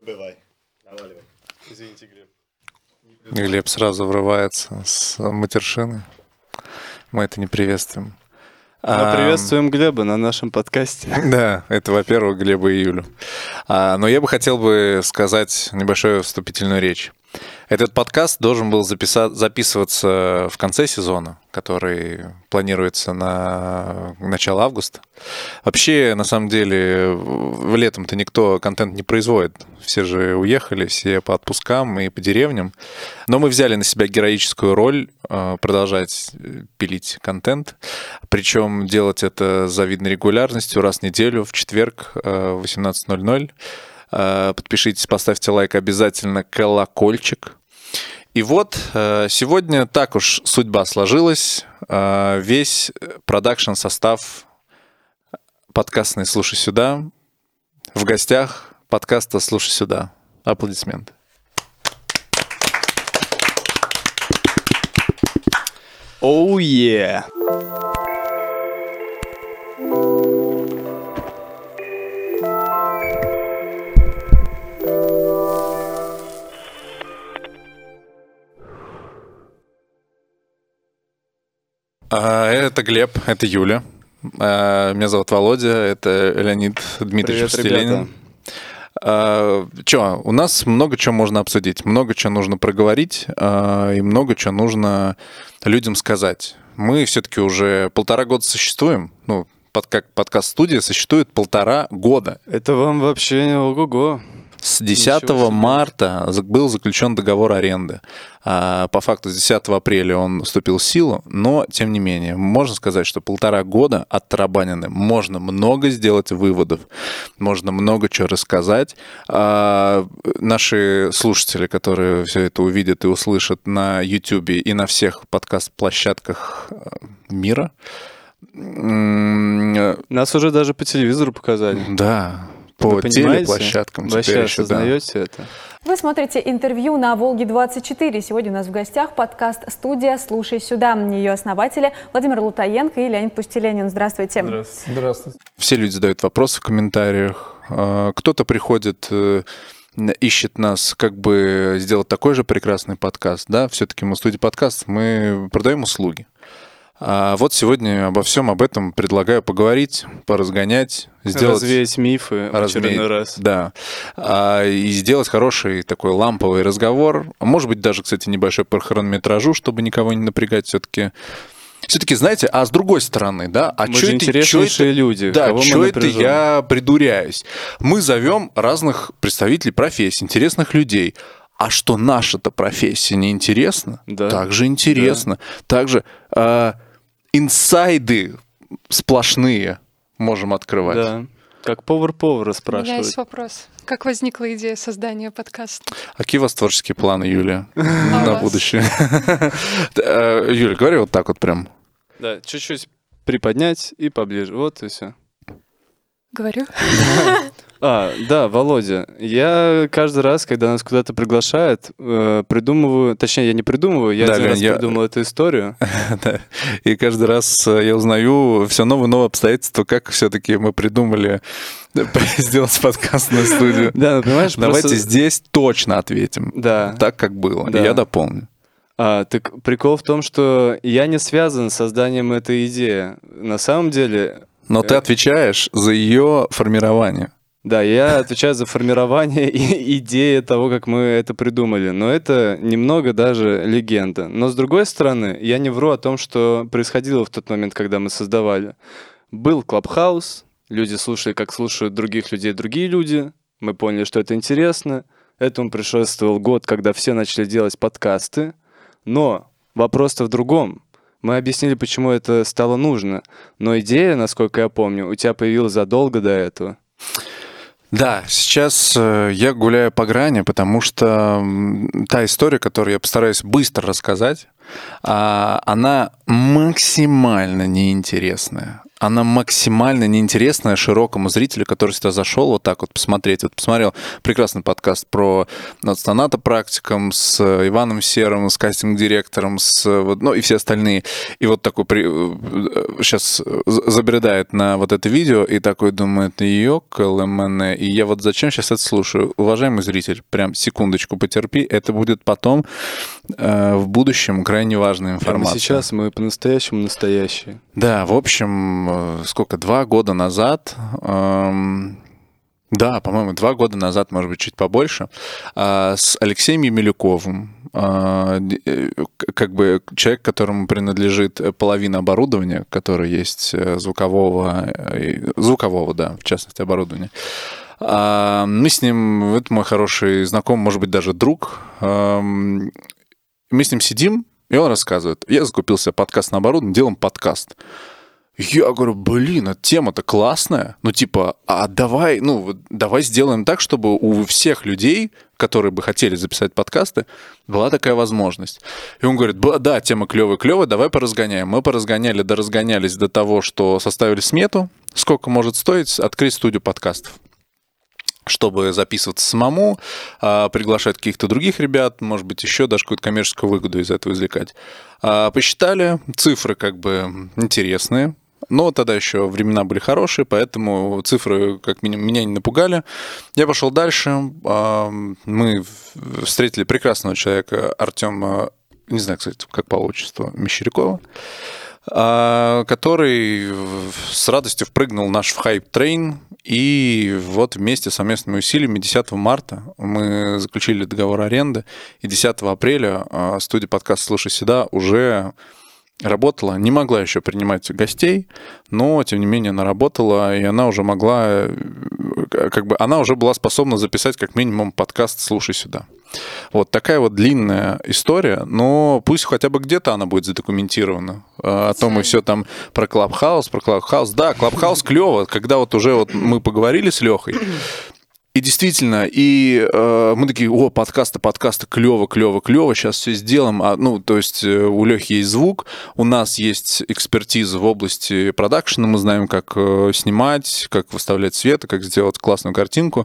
Давай. Извините, Глеб. Глеб сразу врывается с матершины. Мы это не приветствуем. Мы приветствуем Глеба на нашем подкасте. Да, это, во-первых, Глеба и Юлю. Но я бы хотел бы сказать небольшую вступительную речь. Этот подкаст должен был записываться в конце сезона, который планируется на начало августа. Вообще, на самом деле, летом-то никто контент не производит. Все же уехали, все по отпускам и по деревням. Но мы взяли на себя героическую роль продолжать пилить контент. Причем делать это с завидной регулярностью раз в неделю, в четверг в 18:00. Подпишитесь, поставьте лайк, обязательно колокольчик. И вот сегодня так уж судьба сложилась. Весь продакшн-состав подкастный «Слушай сюда» в гостях подкаста «Слушай сюда». Аплодисменты. Оу, yeah. Это Глеб, это Юля. Меня зовут Володя, это Леонид Дмитриевич Стеленин. У нас много чего можно обсудить, много чего нужно проговорить и много чего нужно людям сказать. Мы все-таки уже 1,5 года существуем, как подкаст-студия существует 1,5 года. Это вам вообще ого-го. С 10 марта был заключен договор аренды. По факту с 10 апреля он вступил в силу, но, тем не менее, можно сказать, что 1,5 года оттарабанены. Можно много сделать выводов, можно много чего рассказать. Наши слушатели, которые все это увидят и услышат на YouTube и на всех подкаст-площадках мира. Нас уже даже по телевизору показали. Да. По телеплощадкам теперь еще, осознаете это? Вы смотрите интервью на Волге-24. Сегодня у нас в гостях подкаст-студия «Слушай сюда». Ее основатели Владимир Лутаенко и Леонид Пустеленин. Здравствуйте. Здравствуйте. Все люди задают вопросы в комментариях. Кто-то приходит, ищет нас, как бы сделать такой же прекрасный подкаст. Да, все-таки мы студия подкаст, мы продаем услуги. А вот сегодня обо всем об этом предлагаю поговорить, поразгонять, развеять мифы в очередной раз. Да. И сделать хороший такой ламповый разговор. Может быть, даже, кстати, небольшой по хронометражу, чтобы никого не напрягать все-таки. Все-таки, знаете, а с другой стороны, да, мы же интереснейшие люди. Да, что это я придуряюсь? Мы зовем разных представителей профессий, интересных людей. А что наша-то профессия не интересна? Да. Так же интересно. Да. Также инсайды сплошные можем открывать. Да. Как повар-повара спрашивать. У меня есть вопрос. Как возникла идея создания подкаста? А какие у вас творческие планы, Юля, на будущее? Юля, говори вот так вот прям. Да, чуть-чуть приподнять и поближе. Вот и все. Говорю. Да, Володя, я каждый раз, когда нас куда-то приглашают, придумываю, точнее, я не придумываю, я один раз придумал эту историю. И каждый раз я узнаю все новые и новые обстоятельства, как все-таки мы придумали сделать подкастную студию. Да, понимаешь, давайте здесь точно ответим. Да. Так, как было. И я дополню. Так прикол в том, что я не связан с созданием этой идеи. На самом деле... Но ты отвечаешь за ее формирование. Да, я отвечаю за формирование идеи того, как мы это придумали. Но это немного даже легенда. Но с другой стороны, я не вру о том, что происходило в тот момент, когда мы создавали. Был Clubhouse, люди слушали, как слушают других людей другие люди. Мы поняли, что это интересно. Этому предшествовал год, когда все начали делать подкасты. Но вопрос-то в другом. Мы объяснили, почему это стало нужно. Но идея, насколько я помню, у тебя появилась задолго до этого. Да, сейчас я гуляю по грани, потому что та история, которую я постараюсь быстро рассказать, она максимально неинтересная. она максимально неинтересная широкому зрителю, который сюда зашел вот так вот посмотреть. Вот посмотрел прекрасный подкаст про станата практиком с Иваном Серым, с кастинг-директором, ну и все остальные. И вот такой сейчас забредает на вот это видео и такой думает, ёкалэмэне. И я вот зачем сейчас это слушаю? Уважаемый зритель, прям секундочку потерпи, это будет потом в будущем крайне важная информация. Сейчас мы по-настоящему настоящие. Да, в общем, 2 года назад, да, по-моему, 2 года назад, может быть, чуть побольше, с Алексеем Емелюковым, как бы человек, которому принадлежит половина оборудования, которое есть звукового, да, в частности, оборудования. Мы с ним, это мой хороший знакомый, может быть, даже друг, мы с ним сидим, и он рассказывает, я закупил себе подкаст на оборудование, делаем подкаст. Я говорю, эта тема-то классная, давай сделаем так, чтобы у всех людей, которые бы хотели записать подкасты, была такая возможность. И он говорит, да, тема клевая, давай поразгоняем. Мы доразгонялись до того, что составили смету, сколько может стоить открыть студию подкастов, чтобы записываться самому, приглашать каких-то других ребят, может быть, еще даже какую-то коммерческую выгоду из этого извлекать. Посчитали, цифры как бы интересные, но тогда еще времена были хорошие, поэтому цифры как минимум меня не напугали. Я пошел дальше, мы встретили прекрасного человека Артема, не знаю, кстати, как по отчеству, Мещерякова, который с радостью впрыгнул в наш хайп-трейн, и вот вместе совместными усилиями 10 марта мы заключили договор аренды, и 10 апреля студия подкаста «Слушай сюда» уже работала, не могла еще принимать гостей, но, тем не менее, она работала, и она уже могла, она уже была способна записать как минимум подкаст «Слушай сюда». Вот такая вот длинная история, но пусть хотя бы где-то она будет задокументирована. А то мы все там про Клабхаус. Да, Клабхаус клево, когда вот уже мы поговорили с Лехой, и действительно, мы такие, подкасты, клево, сейчас все сделаем. То есть у Лехи есть звук, у нас есть экспертиза в области продакшена, мы знаем, как снимать, как выставлять свет, как сделать классную картинку.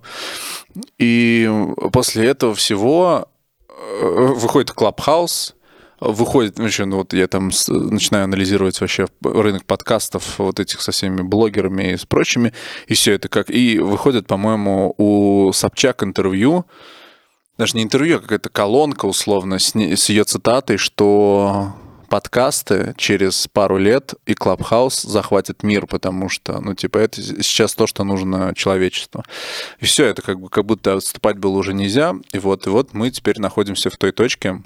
И после этого всего выходит Клабхаус, выходит, я там начинаю анализировать вообще рынок подкастов вот этих со всеми блогерами и с прочими, и все это и выходит, по-моему, у Собчак интервью, даже не интервью, а какая-то колонка условно с ее цитатой, что подкасты через пару лет и Клабхаус захватит мир, потому что, это сейчас то, что нужно человечеству. И все, это как будто отступать было уже нельзя, и вот мы теперь находимся в той точке,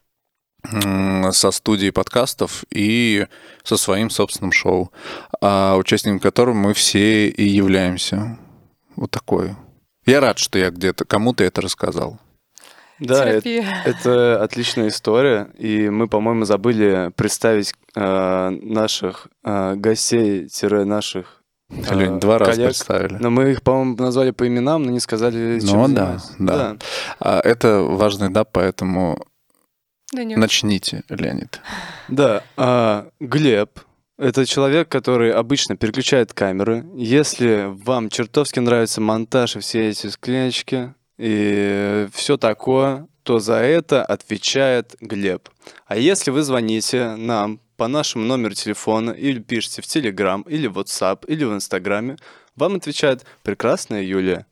со студией подкастов и со своим собственным шоу, участником которого мы все и являемся. Вот такое. Я рад, что я где-то кому-то это рассказал. Да, это отличная история, и мы, по-моему, забыли представить наших гостей-наших Лень, 2 раза представили. Но мы их, по-моему, назвали по именам, но не сказали, чем занимаются. Да. Это важный этап, поэтому... Начните, Леонид. Да, Глеб — это человек, который обычно переключает камеры. Если вам чертовски нравится монтаж и все эти склеечки и все такое, то за это отвечает Глеб. А если вы звоните нам по нашему номеру телефона или пишете в Telegram, или в WhatsApp, или в Инстаграме, вам отвечает прекрасная Юлия.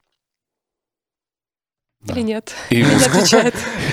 Или нет? И не отвечает.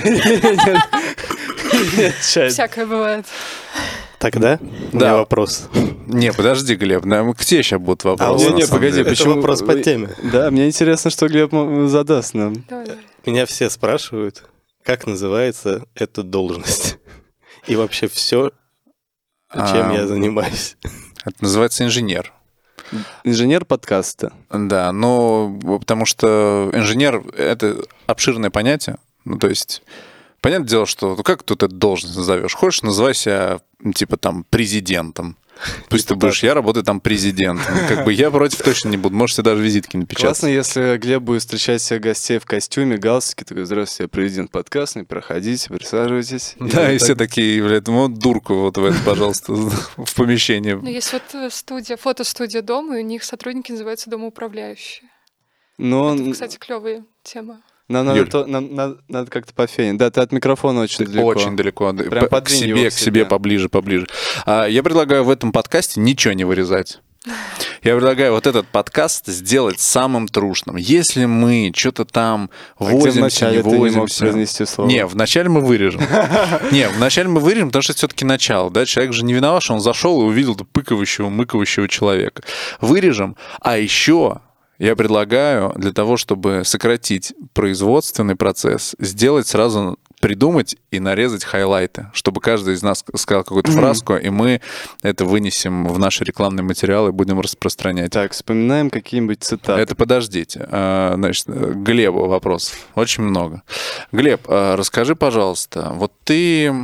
Не отвечает. Всякое бывает. Тогда у меня вопрос. Не, подожди, Глеб, к тебе сейчас будут вопросы. Не, погоди, это вопрос по теме. Да, мне интересно, что Глеб задаст нам. Давай. Меня все спрашивают, как называется эта должность. И вообще все, чем я занимаюсь. Это называется инженер. Инженер подкаста. Да, потому что инженер — это обширное понятие. То есть, понятное дело, что как тут эту должность назовешь? Хочешь, называй себя, президентом. Пусть ты будешь, я работаю там президентом. Как бы я против точно не буду. Можете даже визитки напечатать. Классно, если Глеб будет встречать всех гостей в костюме, галстуке, такой: здравствуйте, я президент подкастный, проходите, присаживайтесь. Да, и все такие, блядь, вот дурку вот в это, пожалуйста, в помещении. Ну, есть вот студия, фотостудия дома, и у них сотрудники называются домоуправляющие. Но Это, кстати, клевая тема. нам надо как-то пофенить. Да, ты от микрофона очень Ты далеко. очень далеко. Прям К подвинь его себе, поближе. Я предлагаю в этом подкасте ничего не вырезать. Я предлагаю вот этот подкаст сделать самым трушным. Если мы что-то там возимся, не возимся... Не, вначале мы вырежем. Потому что это все-таки начало. Да? Человек же не виноват, что он зашел и увидел мыкающего человека. Вырежем. А еще... Я предлагаю для того, чтобы сократить производственный процесс, придумать и нарезать хайлайты, чтобы каждый из нас сказал какую-то фразку, и мы это вынесем в наши рекламные материалы и будем распространять. Так, вспоминаем какие-нибудь цитаты. Это подождите. Значит, Глебу вопрос. Очень много. Глеб, расскажи, пожалуйста, вот ты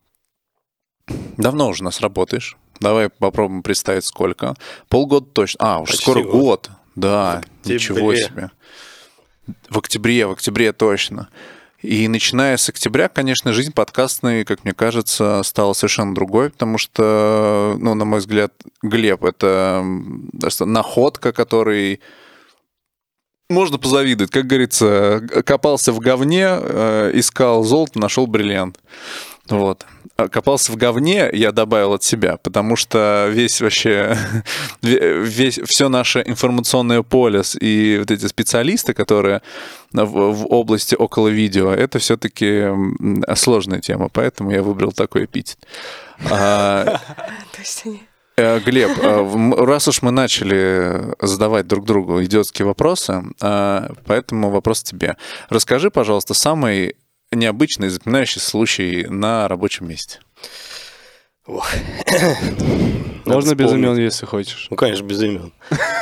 давно уже у нас работаешь. Давай попробуем представить, сколько. Полгода точно. Уже скоро год. Да, ничего себе. В октябре точно. И начиная с октября, конечно, жизнь подкастной, как мне кажется, стала совершенно другой, потому что, на мой взгляд, Глеб — это находка, которой можно позавидовать. Как говорится, копался в говне, искал золото, нашел бриллиант. Вот. Копался в говне, я добавил от себя, потому что все наше информационное поле и вот эти специалисты, которые в области около видео, это все-таки сложная тема, поэтому я выбрал такой эпитет. Глеб, раз уж мы начали задавать друг другу идиотские вопросы, поэтому вопрос тебе. Расскажи, пожалуйста, самый необычный, запоминающий случай на рабочем месте. Можно без имен, если хочешь. Ну, конечно, без имен.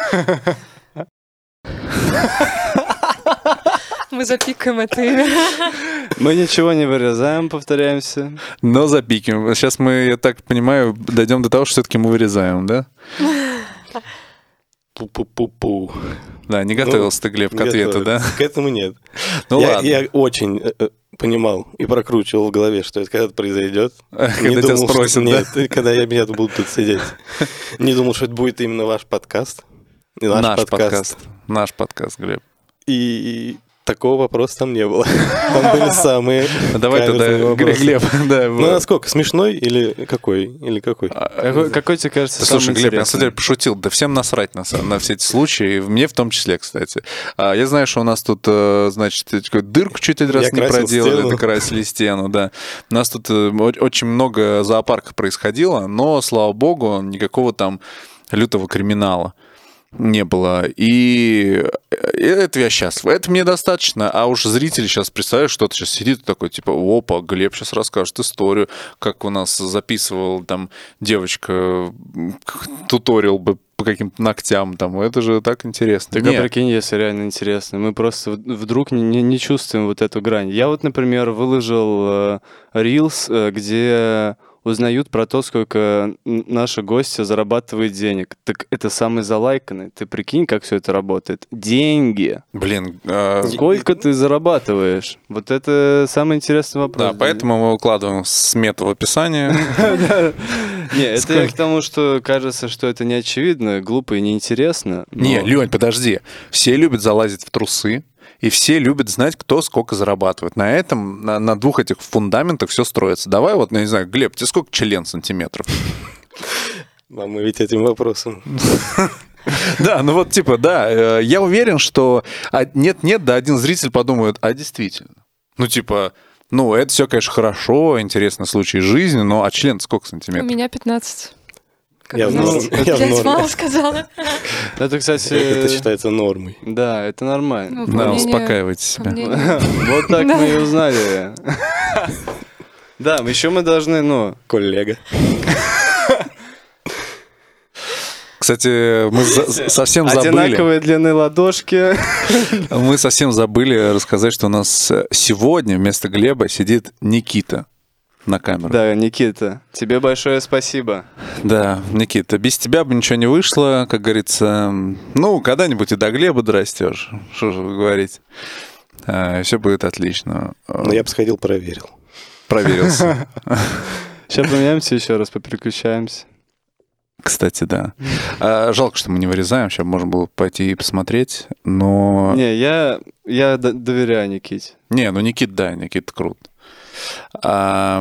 Мы запикаем это имя. Мы ничего не вырезаем, повторяемся. Но запикаем. Сейчас мы, я так понимаю, дойдем до того, что все-таки мы вырезаем, да? Пу-пу-пу-пу. Да, не готовился ты, Глеб, к ответу, да? К этому нет. Ну ладно. Я очень понимал и прокручивал в голове, что это когда-то произойдет. Когда тебя спросят, да? Нет, когда меня буду тут сидеть. Не думал, что это будет именно ваш подкаст. Наш подкаст, Глеб. И такого вопроса там не было. Там были самые Давай тогда, Глеб. Ну, насколько? Смешной или какой? Какой тебе кажется самый Слушай, Глеб, я на самом деле интересный? пошутил. Да всем насрать на все эти случаи. Мне в том числе, кстати. Я знаю, что у нас тут, значит, дырку чуть один раз не проделали, докрасили стену, да. У нас тут очень много зоопарков происходило, но, слава богу, никакого там лютого криминала не было. И это я счастлив. Это мне достаточно. А уж зрители сейчас представляют, что-то сейчас сидит такой, типа, опа, Глеб сейчас расскажет историю, как у нас записывал там девочка туториал бы по каким-то ногтям. Там. Это же так интересно. Так, прикинь, если реально интересно. Мы просто вдруг не чувствуем вот эту грань. Я вот, например, выложил Reels, где узнают про то, сколько наши гости зарабатывают денег. Так это самый залайканный. Ты прикинь, как все это работает. Деньги. Блин. Сколько ты зарабатываешь? Вот это самый интересный вопрос. Да, поэтому мы укладываем смету в описание. Не, это к тому, что кажется, что это не очевидно, глупо и неинтересно. Не, Лёнь, подожди. Все любят залазить в трусы. И все любят знать, кто сколько зарабатывает. На этом, на двух этих фундаментах все строится. Давай вот, не знаю, Глеб, тебе сколько член сантиметров? А мы ведь этим вопросом. Да, ну вот типа, да, я уверен, что нет-нет, да один зритель подумает, а действительно. Ну типа, это все, конечно, хорошо, интересный случай жизни, но а член сколько У сантиметров? меня 15. Я в норме. Я мало сказала. Это, кстати... Это считается нормой. Да, это нормально. Да, успокаивайте себя. Вот так мы и узнали. Да, еще мы должны, Коллега. Кстати, мы совсем забыли. Одинаковые длины ладошки. Мы совсем забыли рассказать, что у нас сегодня вместо Глеба сидит Никита. на камеру. Да, Никита, тебе большое спасибо. Да, Никита, без тебя бы ничего не вышло, как говорится. Ну, когда-нибудь и до Глеба дорастешь. Что же говорить. Все будет отлично. Но я бы сходил, проверил. Проверился. Сейчас поменяемся еще раз, попереключаемся. Кстати, да. Жалко, что мы не вырезаем. Сейчас можно было пойти и посмотреть, но... Не, я доверяю Никите. Не, ну Никит, да, Никит крут. Я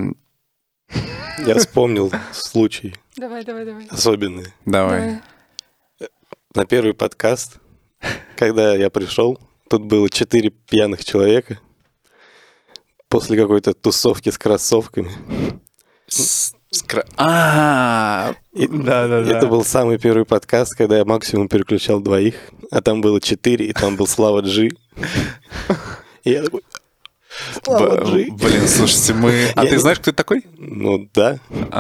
вспомнил случай Давай. особенный. Давай. На первый подкаст, когда я пришел, тут было 4 пьяных человека после какой-то тусовки с кроссовками. Это был самый первый подкаст, когда я максимум переключал 2, а там было 4, и там был Слава G. И я такой... Слава G. Блин, слушайте, мы... А ты знаешь, кто это такой? Ну, да.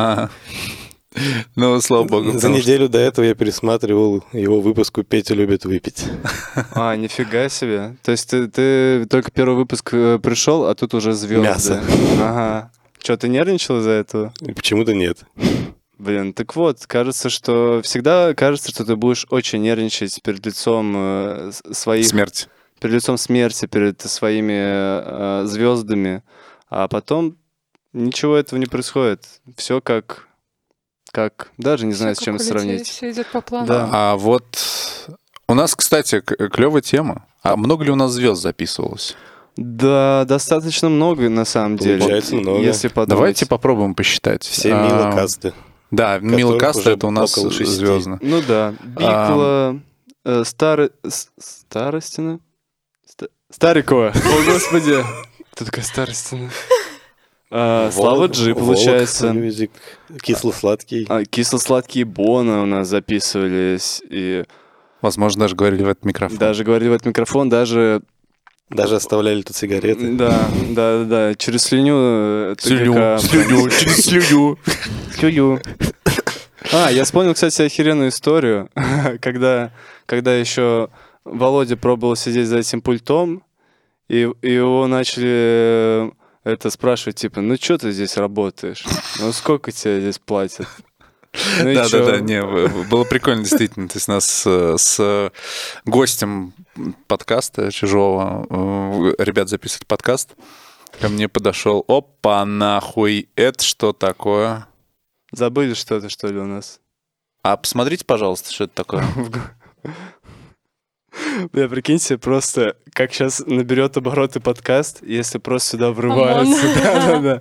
Ну, слава богу. За неделю до этого я пересматривал его выпуск «Петя любит выпить». Нифига себе. То есть ты только первый выпуск пришел, а тут уже звезды. Мясо. Ага. Что, ты нервничал из-за этого? Почему-то нет. Блин, так вот, всегда кажется, что ты будешь очень нервничать перед лицом своих... Смерть. Перед лицом смерти, перед своими звездами, а потом ничего этого не происходит. Все как даже не знаю, с чем сравнить. Все идет по плану. Да. А вот у нас, кстати, клевая тема. А много ли у нас звезд записывалось? Да, достаточно много на самом деле. Получается много. Если подумать. Давайте попробуем посчитать. Все милокасты. Да, милокасты уже это у нас около 6. звездно. Ну да. Бикла, Старостина. Старикова. О, господи. Кто такая Старостина? Слава G, получается. Мьюзик, Кисло-сладкий. Кисло-сладкие Бона у нас записывались. И Возможно, даже говорили в этот микрофон. даже говорили в этот микрофон, даже оставляли тут сигареты. Да. Через слюню. Через слюню. Слюню. Я вспомнил, кстати, охеренную историю, когда еще Володя пробовал сидеть за этим пультом, и его начали спрашивать, типа, ну что ты здесь работаешь? Ну сколько тебе здесь платят? Да, не, было прикольно, действительно. То есть нас с гостем подкаста чужого, ребят записывают подкаст, ко мне подошел, опа, нахуй, это что такое? Забыли что-то, что ли, у нас? А посмотрите, пожалуйста, что это такое. Бля, прикиньте, просто как сейчас наберет обороты подкаст, если просто сюда врываются. Да.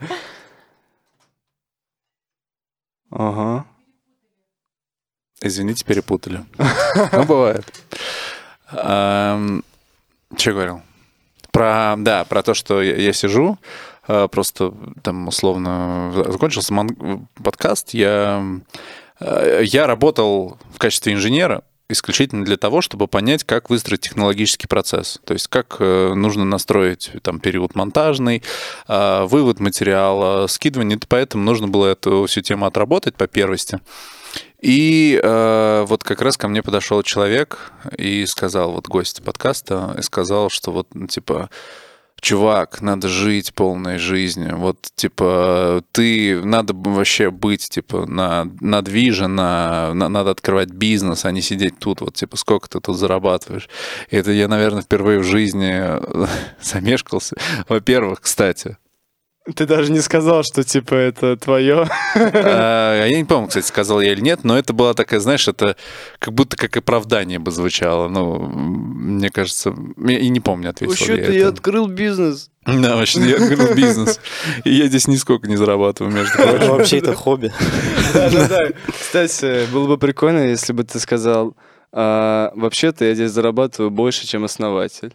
Ага. Извините, перепутали. Ну, бывает. Что говорил? Про то, что я сижу, просто там условно закончился подкаст, я работал в качестве инженера исключительно для того, чтобы понять, как выстроить технологический процесс. То есть как нужно настроить там период монтажный, вывод материала, скидывание. Поэтому нужно было эту всю тему отработать по первости. И вот как раз ко мне подошел человек и сказал, вот гость подкаста, и сказал, что вот, типа, чувак, надо жить полной жизнью. Вот, типа, надо вообще быть, типа, на движе, надо открывать бизнес, а не сидеть тут, вот, типа, сколько ты тут зарабатываешь. И это я, наверное, впервые в жизни замешкался. Во-первых, кстати. Ты даже не сказал, что, типа, это твое. Я не помню, кстати, сказал я или нет, но это была такая, знаешь, это как будто как оправдание бы звучало. Ну, мне кажется, я и не помню, ответил я. Вообще-то я открыл бизнес. Да, вообще-то я открыл бизнес. И я здесь нисколько не зарабатываю, между прочим. Вообще это хобби. Да. Кстати, было бы прикольно, если бы ты сказал, вообще-то я здесь зарабатываю больше, чем основатель.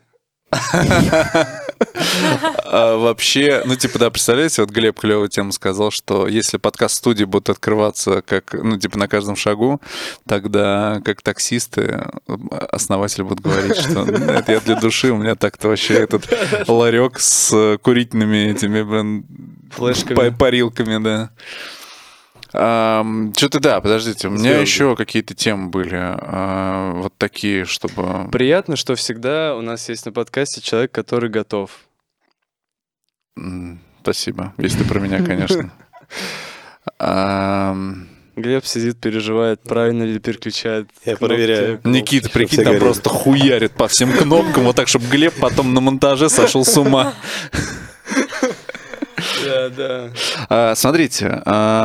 Вообще, ну, типа, да, представляете, вот Глеб клевую тему сказал, что если подкаст-студии будут открываться как, ну, типа, на каждом шагу, тогда как таксисты, основатели будут говорить, что это я для души, у меня так-то вообще этот ларек с курительными этими, блин, флешками, парилками, да. Что-то да, подождите, у меня еще какие-то темы были вот такие, чтобы... Приятно, что всегда у нас есть на подкасте человек, который готов. Спасибо. Если про меня, конечно. Глеб сидит, переживает, правильно ли переключает. Я кнопки. проверяю. Никита, прикинь, все там горели. просто хуярит по всем кнопкам, вот так, чтобы Глеб потом на монтаже сошел с ума. Да. Смотрите,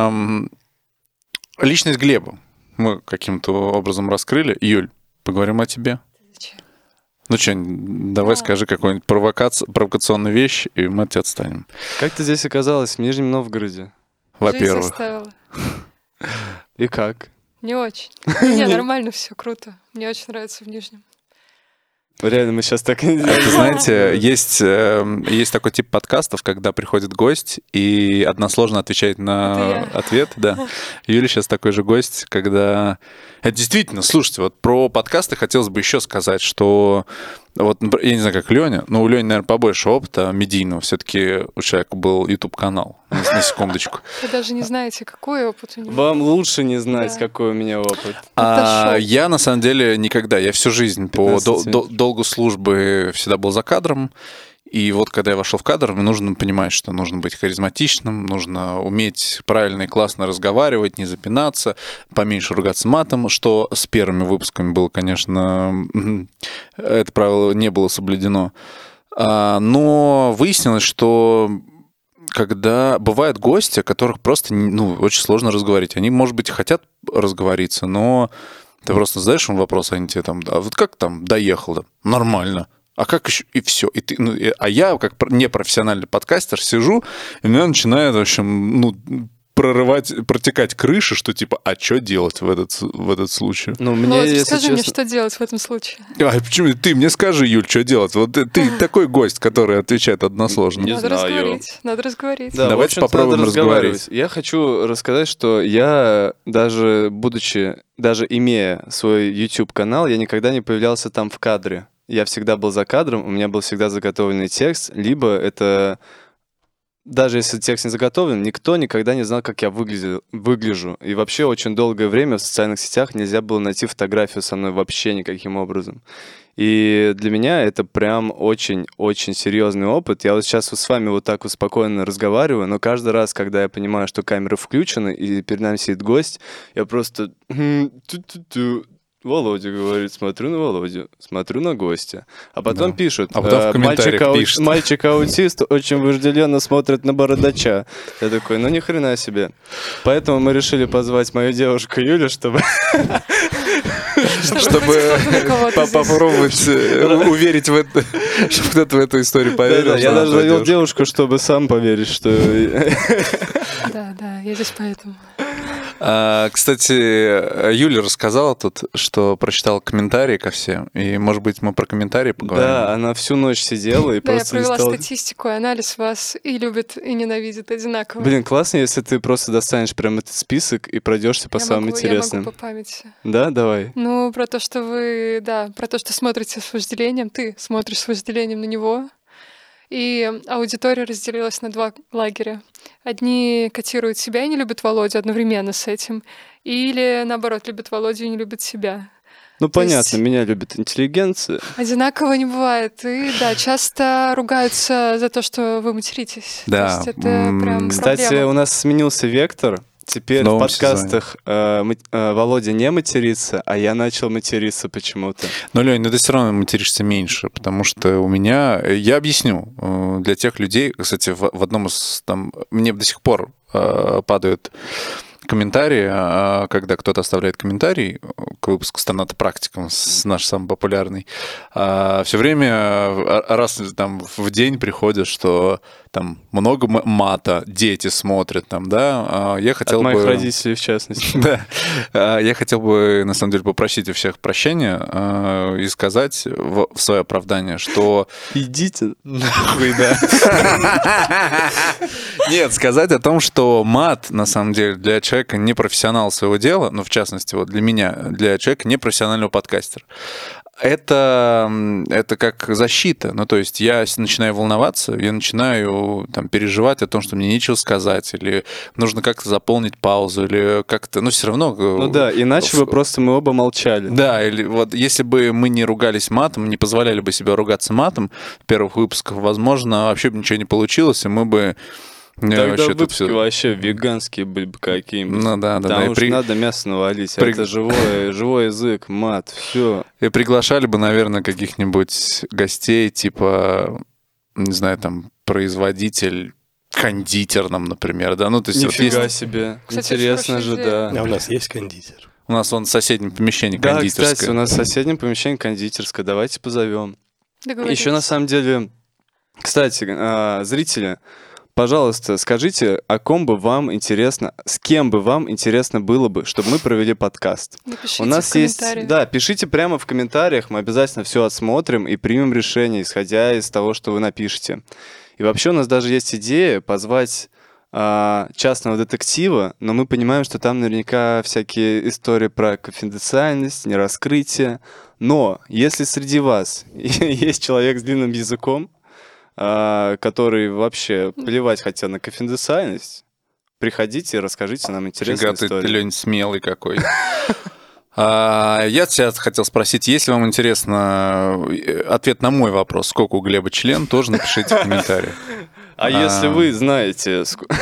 личность Глеба мы каким-то образом раскрыли. Юль, поговорим о тебе. Зачем? Ну что, давай скажи какую-нибудь провокационную вещь, и мы от тебя отстанем. Как ты здесь оказалась, в Нижнем Новгороде? Жизнь Во-первых. заставила. И как? Не очень. Не, нормально все, круто. Мне очень нравится в Нижнем. Реально, мы сейчас так... Это, знаете, есть такой тип подкастов, когда приходит гость и односложно отвечает на Это я. ответ. Да. Юля сейчас такой же гость, когда... Это действительно, слушайте, вот про подкасты хотелось бы еще сказать, что вот, я не знаю, как Леня, но у Лени, наверное, побольше опыта медийного. Все-таки у человека был YouTube-канал, на секундочку. Вы даже не знаете, какой опыт у него. Вам лучше не знать, Да. какой у меня опыт. А шок. я, на самом деле, никогда. Я всю жизнь по 15 лет. долгу службы всегда был за кадром. И вот когда я вошел в кадр, мне нужно понимать, что нужно быть харизматичным, нужно уметь правильно и классно разговаривать, не запинаться, поменьше ругаться матом, что с первыми выпусками было, конечно, это правило не было соблюдено. Но выяснилось, что когда бывают гости, которых просто очень сложно разговорить. Они, может быть, хотят разговориться, но ты просто задаешь им вопрос, они тебе там, а вот как там доехал? Да? Нормально. А как еще? И все. И ты, а я, как непрофессиональный подкастер, сижу, и у меня начинает, в общем, протекать крыша, что типа, а что делать в этот случай? Ну, Ну мне, вот если скажи мне, честно... что делать в этом случае. А почему? Ты мне скажи, Юль, что делать? Вот ты такой гость, который отвечает односложно. Не Надо знаю. разговорить. Надо разговорить. Да, Давайте в общем-то, попробуем надо разговаривать. разговаривать. Я хочу рассказать, что я, даже имея свой YouTube-канал, я никогда не появлялся там в кадре. Я всегда был за кадром, у меня был всегда заготовленный текст, либо это... Даже если текст не заготовлен, никто никогда не знал, как я выгляжу. И вообще очень долгое время в социальных сетях нельзя было найти фотографию со мной вообще никаким образом. И для меня это прям очень-очень серьезный опыт. Я вот сейчас с вами вот так вот спокойно разговариваю, но каждый раз, когда я понимаю, что камеры включены и перед нами сидит гость, я просто... Володя говорит, смотрю на Володю, смотрю на гостя. А потом Да. пишут, А потом в комментариях пишут. мальчик-аутист очень вожделенно смотрит на бородача. Я такой, ну ни хрена себе. Поэтому мы решили позвать мою девушку Юлю, чтобы... Чтобы хоть кто-то на кого-то здесь. попробовать уверить в это, чтобы кто-то в эту историю поверил. Да-да, я что даже она завел девушка. девушку, чтобы сам поверить, что... Да, я здесь поэтому. Кстати, Юля рассказала тут, что прочитала комментарии ко всем. И, может быть, мы про комментарии поговорим? Да, она всю ночь сидела и Да, я просто провела листала... статистику и анализ вас и любит, и ненавидит одинаково. Блин, классно, если ты просто достанешь прям этот список и пройдешься по самым Я интересным. могу по памяти. Да, давай. Ну, про то, что вы, да, про то, что смотрите с вожделением, ты смотришь с вожделением на него. И аудитория разделилась на два лагеря. Одни котируют себя и не любят Володю одновременно с этим. Или, наоборот, любят Володю и не любят себя. Ну, То есть- понятно, меня любит интеллигенция. Одинаково не бывает. И, да, часто ругаются за то, что вы материтесь. Да, То есть это прям Кстати, проблема. у нас сменился вектор. Теперь В в новом подкастах Володя не матерится, а я начал материться почему-то. Ну, Лёнь, ну ты все равно материшься меньше, потому что у меня... Я объясню. Для тех людей, кстати, в одном из... Там, мне до сих пор падают комментарии, когда кто-то оставляет комментарий к выпуску «Станата практикум», наш самый популярный, все время раз там в день приходит, что там много мата, дети смотрят там, да, я хотел От бы... моих родителей, в частности. Да, я хотел бы, на самом деле, попросить у всех прощения и сказать в свое оправдание, что... Идите нахуй, да. Нет, сказать о том, что мат, на самом деле, для человека не профессионала своего дела, ну, в частности, вот для меня, для человека не профессионального подкастера, это как защита. Ну, то есть я начинаю волноваться, я начинаю там переживать о том, что мне нечего сказать, или нужно как-то заполнить паузу, или как-то, ну, все равно... Ну да, иначе бы просто мы оба молчали. Да, или вот если бы мы не ругались матом, не позволяли бы себе ругаться матом в первых выпусках, возможно, вообще бы ничего не получилось, и мы бы... Тогда вообще выпуски всё- вообще веганские были бы какие-нибудь. Ну да, да, Там да. И уж при- надо мясо навалить, а при- это живой язык, мат, все. И приглашали бы, наверное, каких-нибудь гостей, типа, не знаю, там, производитель, кондитер нам, например, да? Ну, то есть вот Нифига есть... себе. Кстати, Интересно очень же, хорошая да. А у нас есть кондитер. У нас вон в соседнем помещении Да, кондитерская. кстати, у нас в соседнем помещении кондитерская. Давайте позовем. Договорились. Еще на самом деле, кстати, зрители, пожалуйста, скажите, о ком бы вам интересно, с кем бы вам интересно было бы, чтобы мы провели подкаст. Напишите У нас в есть, комментариях. да, пишите прямо в комментариях, мы обязательно все осмотрим и примем решение, исходя из того, что вы напишете. И вообще у нас даже есть идея позвать частного детектива, но мы понимаем, что там наверняка всякие истории про конфиденциальность, нераскрытие. Но если среди вас есть человек с длинным языком, который вообще плевать хотел на конфиденциальность, приходите и расскажите нам интересную Фига ты, историю. Лень, смелый какой. Я тебя хотел спросить, если вам интересно ответ на мой вопрос, сколько у Глеба член, тоже напишите в комментариях. А если вы знаете...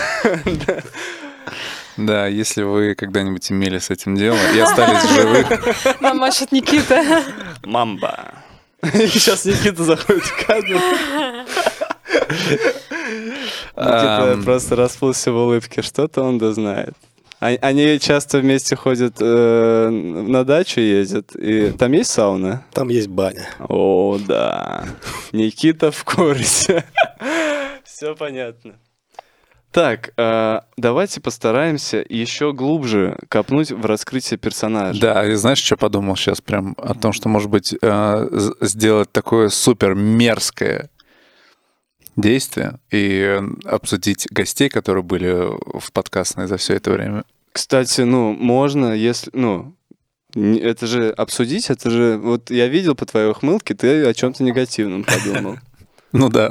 Да, если вы когда-нибудь имели с этим дело и остались в живых, Нам машет Никита. Мамба. Сейчас Никита заходит в кадр. Никита просто расплылся в улыбке. Что-то он да знает. Они часто вместе ходят, на дачу ездят. И там есть сауна? Там есть баня. О, да. Никита в курсе. Все понятно. Так, давайте постараемся еще глубже копнуть в раскрытие персонажа. да, и знаешь, что подумал сейчас прям о том, что, может быть, сделать такое супер мерзкое действие и обсудить гостей, которые были в подкастной за все это время. Кстати, можно, если, это же обсудить, это же, вот я видел по твоей ухмылке, ты о чем-то негативном подумал. Ну да.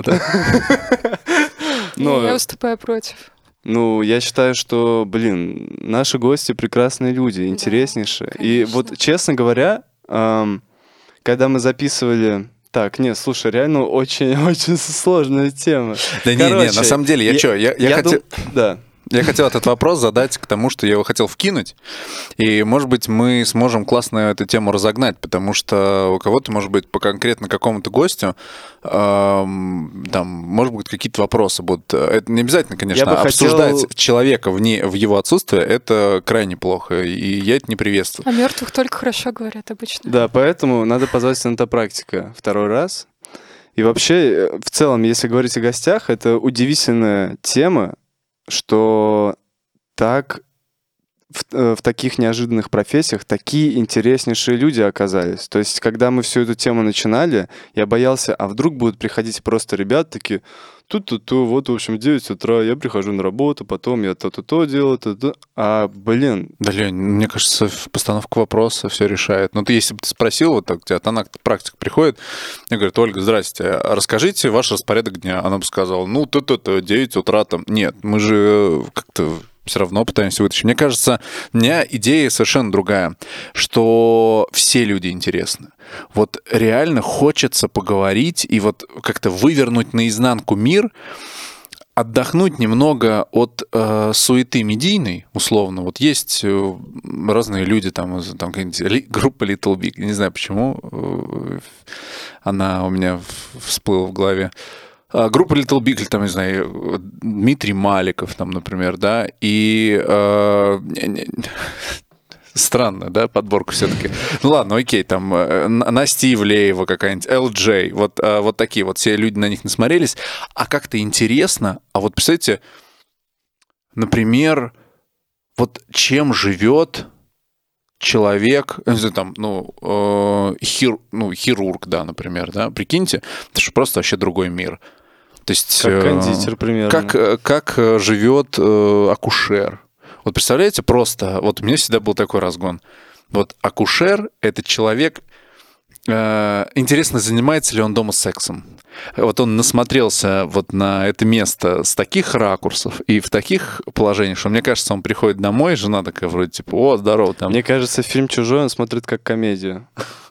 Я выступаю против. Я считаю, что, наши гости прекрасные люди, интереснейшие. И конечно. вот, честно говоря, когда мы записывали... Так, нет, слушай, реально очень-очень сложная тема. Да не, на самом деле, я хотел... Да. Я хотел этот вопрос задать к тому, что я его хотел вкинуть, и, может быть, мы сможем классно эту тему разогнать, потому что у кого-то, может быть, по конкретно какому-то гостю, там, может быть, какие-то вопросы будут. Это не обязательно, конечно, обсуждать человека в его отсутствие, это крайне плохо, и я это не приветствую. О мертвых только хорошо говорят обычно. Да, поэтому надо позвать санта-практика второй раз. И вообще, в целом, если говорить о гостях, это удивительная тема, что в таких неожиданных профессиях такие интереснейшие люди оказались. То есть, когда мы всю эту тему начинали, я боялся, а вдруг будут приходить просто ребята такие, вот, в общем, 9 утра я прихожу на работу, потом я то-то делаю, то-то. Да, Лень, мне кажется, постановка вопроса все решает. Ну, если бы ты спросил, вот так, у тебя практик приходит, и говорит: Ольга, здрасте, расскажите ваш распорядок дня. Она бы сказала: 9 утра там. Нет, мы же как-то все равно пытаемся вытащить. Мне кажется, у меня идея совершенно другая, что все люди интересны. Вот реально хочется поговорить и вот как-то вывернуть наизнанку мир, отдохнуть немного от суеты медийной, условно. Вот есть разные люди, там какая-нибудь группа Little Big, не знаю почему, она у меня всплыла в голове. Группа Little Big, там, не знаю, Дмитрий Маликов, там, например, да, и странно, да, подборка все-таки. Ну ладно, окей, там Настя Ивлеева какая-нибудь, LJ, вот такие вот, все люди на них насмотрелись. А как-то интересно, а вот представьте, например, вот чем живет человек, там, хирург, да, например, да, прикиньте, это же просто вообще другой мир. То есть, как кондитер примерно. Как живет акушер. Вот представляете, просто, вот у меня всегда был такой разгон. Вот акушер — это человек, Интересно, занимается ли он дома сексом? Вот он насмотрелся вот на это место с таких ракурсов и в таких положениях, что, мне кажется, он приходит домой, жена такая вроде типа: о, здорово, там. Мне кажется, фильм «Чужой» он смотрит как комедию.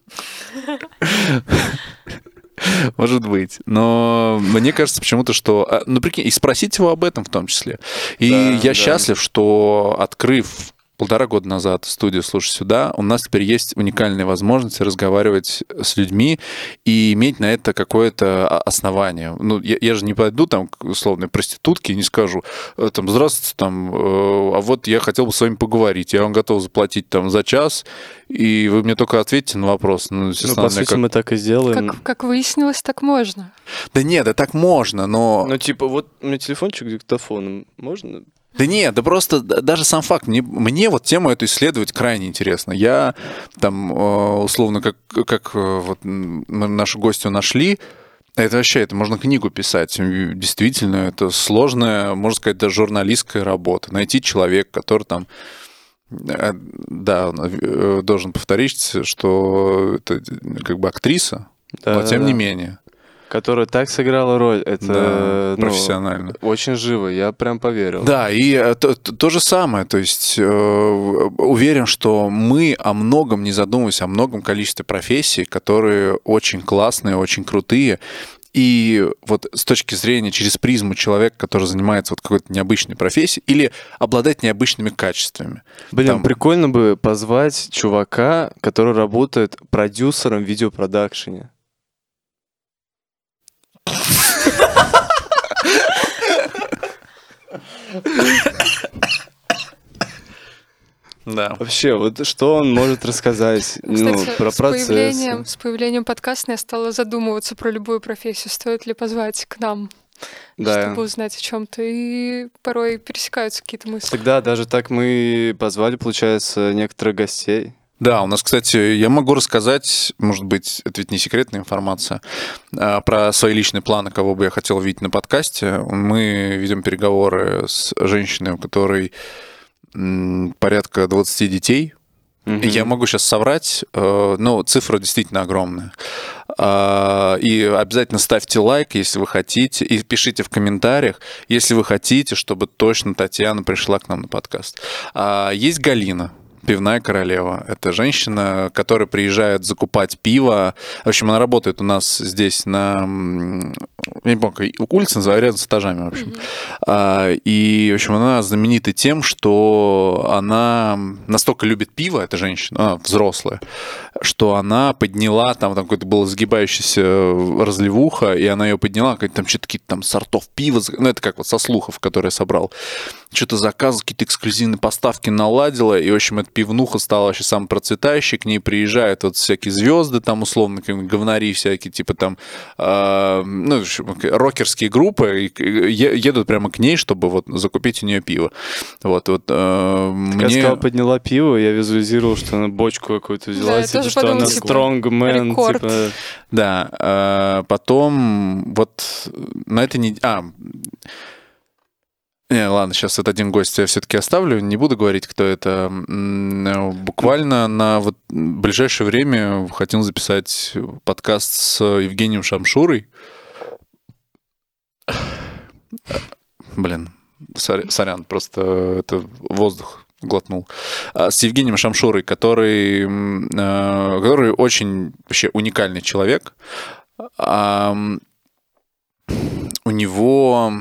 Может быть. Но мне кажется почему-то, что... Ну, прикинь, и спросить его об этом в том числе. И я счастлив, что, открыв 1,5 года назад студию «Слушай сюда», у нас теперь есть уникальная возможность разговаривать с людьми и иметь на это какое-то основание. Ну, я же не пойду там к условной проститутке и не скажу: там, здравствуйте, там, а вот я хотел бы с вами поговорить, я вам готов заплатить там за час, и вы мне только ответьте на вопрос. Ну, по сути, мы так и сделаем. Как выяснилось, так можно. Да нет, да так можно, но... Ну, типа, вот у меня телефончик с диктофоном, можно... Да нет, да просто даже сам факт. Мне вот тему эту исследовать крайне интересно. Я там, условно, как вот мы нашу гостью нашли, это вообще, это можно книгу писать. Действительно, это сложная, можно сказать, даже журналистская работа. Найти человека, который там... Да, должен повторить, что это как бы актриса, но тем не менее. Которая так сыграла роль, это профессионально. Очень живо, я прям поверил. Да, и то же самое, то есть уверен, что мы о многом не задумываемся, о многом количестве профессий, которые очень классные, очень крутые. И вот с точки зрения через призму человека, который занимается вот какой-то необычной профессией или обладает необычными качествами. Блин, прикольно бы позвать чувака, который работает продюсером в видеопродакшене. Да. Вообще, вот что он может рассказать Кстати, про процесс? С появлением подкаста я стала задумываться про любую профессию. Стоит ли позвать к нам, чтобы узнать о чем-то. И порой пересекаются какие-то мысли. Тогда даже так мы позвали, получается, некоторых гостей. Да, у нас, кстати, я могу рассказать, может быть, это ведь не секретная информация, про свои личные планы, кого бы я хотел видеть на подкасте. Мы ведем переговоры с женщиной, у которой порядка 20 детей. Я могу сейчас соврать, но цифра действительно огромная. И обязательно ставьте лайк, если вы хотите, и пишите в комментариях, если вы хотите, чтобы точно Татьяна пришла к нам на подкаст. Есть Галина, пивная королева. Это женщина, которая приезжает закупать пиво. В общем, она работает у нас здесь на... Я не помню, улица называется, рядом с этажами, в общем. И, в общем, она знаменита тем, что она настолько любит пиво, эта женщина, она взрослая, что она подняла, там какое-то было сгибающееся разливуха, и она ее подняла, там что-то какие-то там сортов пива, ну, это как вот со слухов, которые я собрал. Что-то заказы, какие-то эксклюзивные поставки наладила, и, в общем, эта пивнуха стала вообще самой процветающей, к ней приезжают вот всякие звезды, там, условно, говнари всякие, типа там, ну, рокерские группы, едут прямо к ней, чтобы вот закупить у нее пиво. Вот. Я сказал, подняла пиво, я визуализировал, что она бочку какую-то взяла, типа, что она стронгмен. Типа... Да. Потом вот на этой неделе... Не, ладно, сейчас этот один гость я все-таки оставлю, не буду говорить, кто это. Буквально на вот ближайшее время хотим записать подкаст с Евгением Шамшурой. Блин, сорян, просто это воздух глотнул. С Евгением Шамшурой, который очень вообще уникальный человек. У него...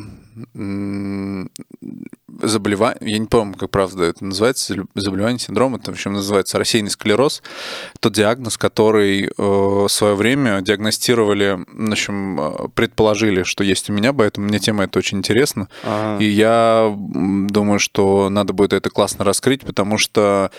заболевание, я не помню, как правда это называется, заболевание, синдром, это в общем называется рассеянный склероз, тот диагноз, который в свое время диагностировали, в общем, предположили, что есть у меня, поэтому мне тема эта очень интересна, и я думаю, что надо будет это классно раскрыть, потому что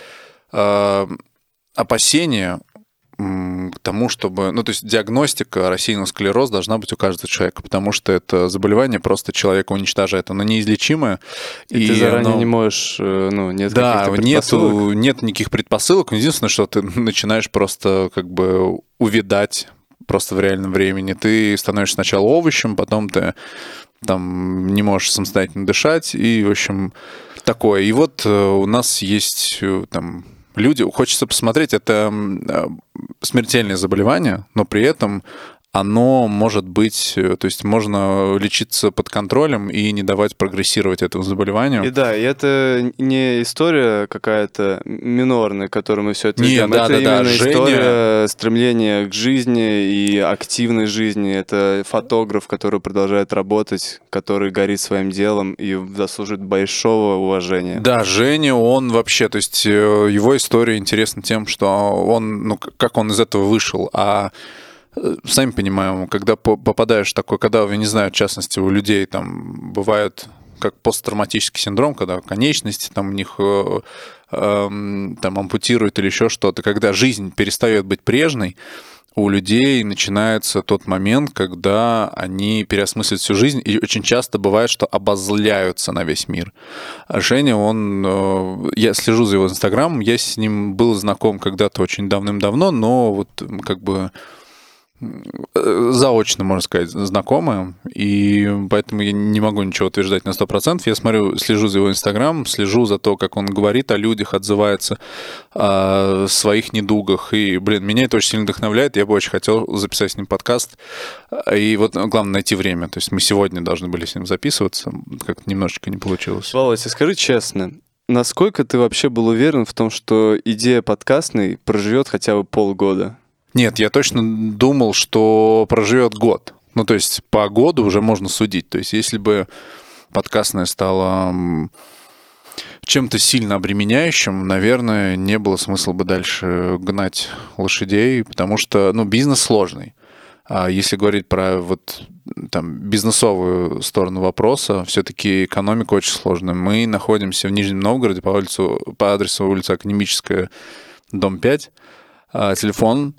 опасения к тому, чтобы... Ну, то есть диагностика рассеянного склероза должна быть у каждого человека, потому что это заболевание просто человека уничтожает. Оно неизлечимое. И ты заранее не можешь... Ну, нет каких-то предпосылок? Нет никаких предпосылок. Единственное, что ты начинаешь просто как бы увядать просто в реальном времени. Ты становишься сначала овощем, потом ты там не можешь самостоятельно дышать, и, в общем, такое. И вот у нас есть там... Люди, хочется посмотреть, это смертельное заболевание, но при этом оно может быть, то есть можно лечиться под контролем и не давать прогрессировать этому заболеванию. И да, и это не история какая-то минорная, которую мы все это Нет, ведем. Это именно история стремления к жизни и активной жизни. Это фотограф, который продолжает работать, который горит своим делом и заслуживает большого уважения. Да, Женя, он вообще, то есть его история интересна тем, что он, ну, как он из этого вышел, сами понимаем, когда попадаешь в такой, когда, я не знаю, в частности, у людей там бывает как посттравматический синдром, когда конечности там у них там ампутируют или еще что-то, когда жизнь перестает быть прежней, у людей начинается тот момент, когда они переосмысливают всю жизнь, и очень часто бывает, что обозляются на весь мир. А Женя, я слежу за его инстаграмом, я с ним был знаком когда-то очень давным-давно, но вот как бы заочно, можно сказать, знакомые, и поэтому я не могу ничего утверждать на 100%. Я слежу за его инстаграм, слежу за то, как он говорит о людях, отзывается о своих недугах, и, меня это очень сильно вдохновляет, я бы очень хотел записать с ним подкаст, и вот главное найти время, то есть мы сегодня должны были с ним записываться, как-то немножечко не получилось. Володя, скажи честно, насколько ты вообще был уверен в том, что идея подкастной проживет хотя бы полгода? Нет, я точно думал, что проживет год. Ну, то есть по году уже можно судить. То есть если бы подкастная стала чем-то сильно обременяющим, наверное, не было смысла бы дальше гнать лошадей, потому что, бизнес сложный. А если говорить про бизнесовую сторону вопроса, все-таки экономика очень сложная. Мы находимся в Нижнем Новгороде по адресу улица Академическая, дом 5. Телефон...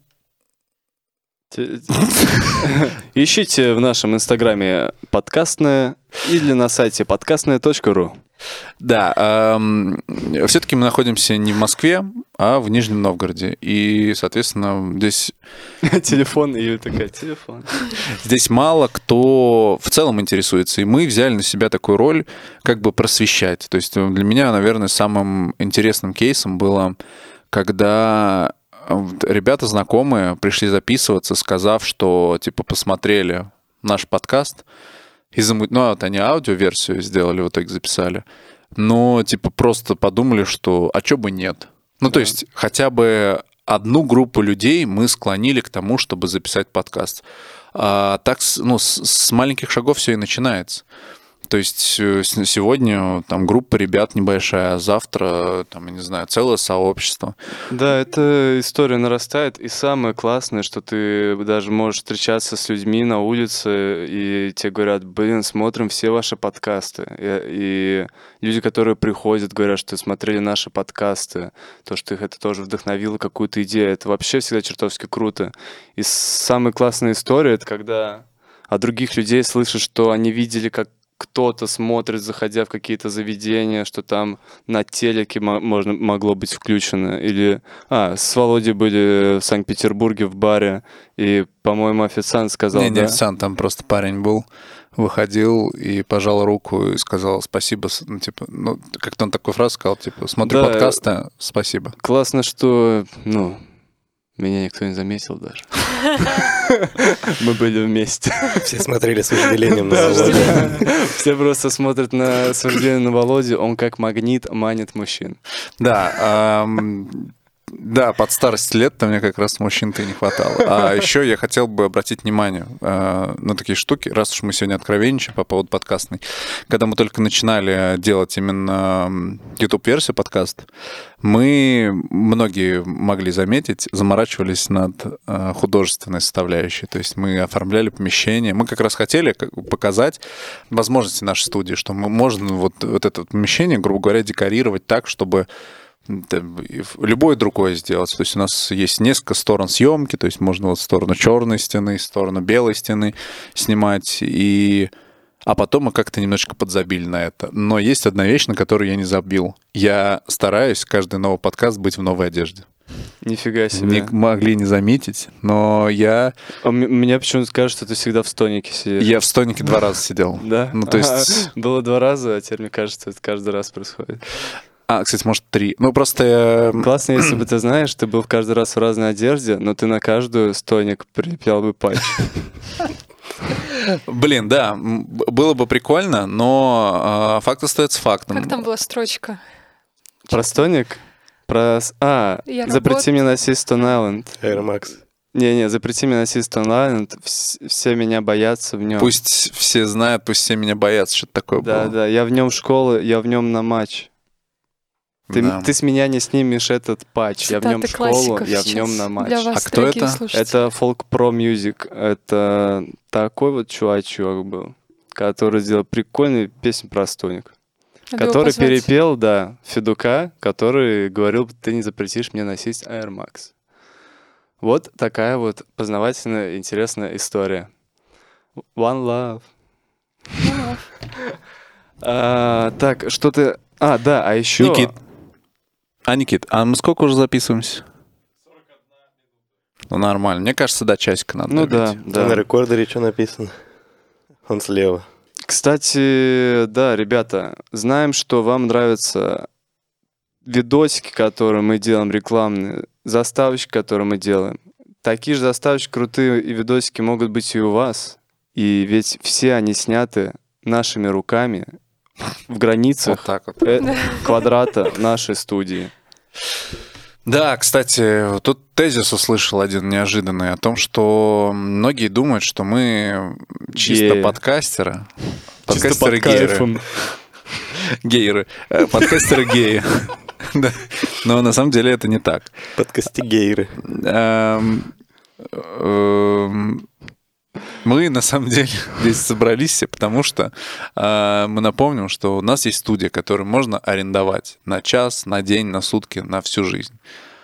Ищите в нашем инстаграме подкастная или на сайте подкастная.ру. Да, все-таки мы находимся не в Москве, а в Нижнем Новгороде. И, соответственно, здесь... Телефон, и такая, телефон. Здесь мало кто в целом интересуется. И мы взяли на себя такую роль, как бы просвещать. То есть для меня, наверное, самым интересным кейсом было, когда... Ребята знакомые пришли записываться, сказав, что посмотрели наш подкаст, они аудиоверсию сделали, в итоге записали, но просто подумали, что а чё бы нет. То есть хотя бы одну группу людей мы склонили к тому, чтобы записать подкаст. Так с маленьких шагов все и начинается. То есть сегодня там группа ребят небольшая, а завтра, я не знаю, целое сообщество. Да, эта история нарастает, и самое классное, что ты даже можешь встречаться с людьми на улице, и тебе говорят, смотрим все ваши подкасты. И люди, которые приходят, говорят, что смотрели наши подкасты, то, что их это тоже вдохновило, какую-то идею. Это вообще всегда чертовски круто. И самая классная история, это когда от других людей слышишь, что они видели, как кто-то смотрит, заходя в какие-то заведения, что там на телеке могло быть включено. Или с Володей были в Санкт-Петербурге в баре, и, по-моему, официант сказал... Не официант, там просто парень был, выходил и пожал руку и сказал спасибо. Как-то он такую фразу сказал, смотрю подкасты, спасибо. Классно, что, меня никто не заметил даже. Мы были вместе. Все смотрели с вожделением на Володю. Все просто смотрят с вожделением на Володю, он как магнит манит мужчин. Да, под старость лет-то мне как раз мужчин-то и не хватало. А еще я хотел бы обратить внимание на такие штуки, раз уж мы сегодня откровенничаем по поводу подкастной. Когда мы только начинали делать именно YouTube-версию подкаста, многие могли заметить, заморачивались над художественной составляющей. То есть мы оформляли помещение. Мы как раз хотели показать возможности нашей студии, что мы можем вот это помещение, грубо говоря, декорировать так, чтобы любой другой сделать. То есть у нас есть несколько сторон съемки, то есть можно сторону черной стены, сторону белой стены снимать, а потом мы как-то немножечко подзабили на это. Но есть одна вещь, на которую я не забил. Я стараюсь каждый новый подкаст быть в новой одежде. Нифига себе. Не могли не заметить, но я... Мне почему-то кажется, что ты всегда в стонике сидишь. Я в стонике 2 раза сидел. Да? То есть... Было 2 раза, а теперь мне кажется, это каждый раз происходит. Кстати, может, 3. Ну, просто... Классно, если бы ты знаешь, ты был в каждый раз в разной одежде, но ты на каждую стойник прилеплял бы патч. Блин, да, было бы прикольно, но факт остается фактом. Как там была строчка? Про стойник? Я запрети мне носить Stone Island. Air Max. Не, запрети мне носить Stone Island, все меня боятся в нем. Пусть все знают, пусть все меня боятся, что-то такое было. Да, я в нем в школу, я в нем на матч. Ты с меня не снимешь этот патч. Я в нем в школу, я в нем на матч. Для вас, кто это? Это Folk Pro Music. Это такой вот чувачок был, который сделал прикольную песню про стойник. Который перепел, да, Федука, который говорил, ты не запретишь мне носить Air Max. Вот такая вот познавательная, интересная история. One love. Так, что ты... да, а еще... Никит, мы сколько уже записываемся? 41 минута. Ну, нормально. Мне кажется, до часика надо. Ну да. А на рекордере что написано? Он слева. Кстати, да, ребята, знаем, что вам нравятся видосики, которые мы делаем, рекламные, заставочки, которые мы делаем. Такие же заставочки крутые и видосики могут быть и у вас. И ведь все они сняты нашими руками в границах Вот так вот. квадрата нашей студии. Да, кстати, тут тезис услышал один неожиданный о том, что многие думают, что мы чисто подкастеры. Подкастеры гейры. Гейры. Подкастеры геи. Но на самом деле это не так. Подкастигейры. Мы, на самом деле, здесь собрались все, потому что мы напомним, что у нас есть студия, которую можно арендовать на час, на день, на сутки, на всю жизнь.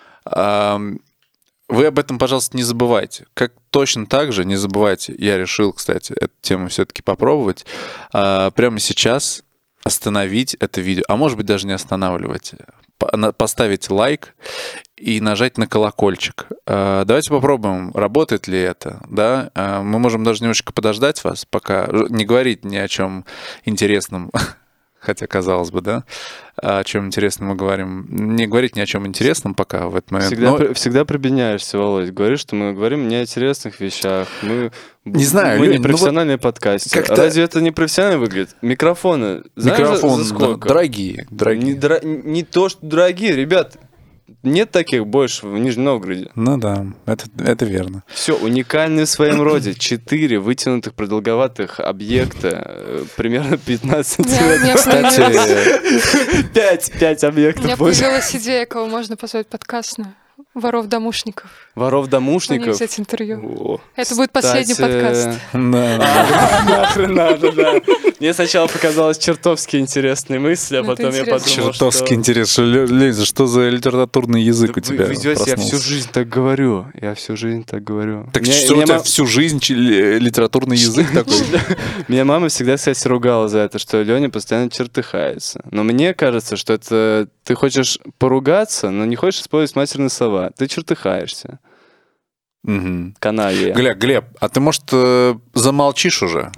Вы об этом, пожалуйста, не забывайте. Как точно так же не забывайте, я решил, кстати, эту тему все-таки попробовать, прямо сейчас остановить это видео, а может быть даже не останавливать, поставить лайк и нажать на колокольчик. Давайте попробуем, работает ли это. Да? Мы можем даже немножечко подождать вас, пока не говорить ни о чем интересном, хотя казалось бы, да, о чем интересном мы говорим. Не говорить ни о чем интересном пока в этот момент. Всегда прибедняешься, Володь. Говоришь, что мы говорим не о интересных вещах. Мы не знаю, мы не профессиональные подкастеры. Разве это не профессионально выглядит? Микрофоны. Микрофон, за сколько? Дорогие. Не то, что дорогие, ребят. Нет таких больше в Нижнем Новгороде. Ну да, это верно. Все, уникальные в своем роде. 4 вытянутых продолговатых объекта, примерно 15 сантиметров. Кстати, 5 объектов. У меня появилась идея, кого можно позвать подкаст на воров-домушников. Воров-домушников? У них взять интервью. Это будет последний подкаст. Нахрен надо, да. Мне сначала показалась чертовски интересная мысль, а потом я подумал, что... Чертовски интересно. Лиза, что за литературный язык у тебя я всю жизнь так говорю. Так что у тебя всю жизнь литературный язык такой? Меня мама всегда, кстати, ругала за это, что Леня постоянно чертыхается. Но мне кажется, что это ты хочешь поругаться, но не хочешь использовать матерные слова. Ты чертыхаешься. Угу. Каналья. Глеб, а ты, может, замолчишь уже?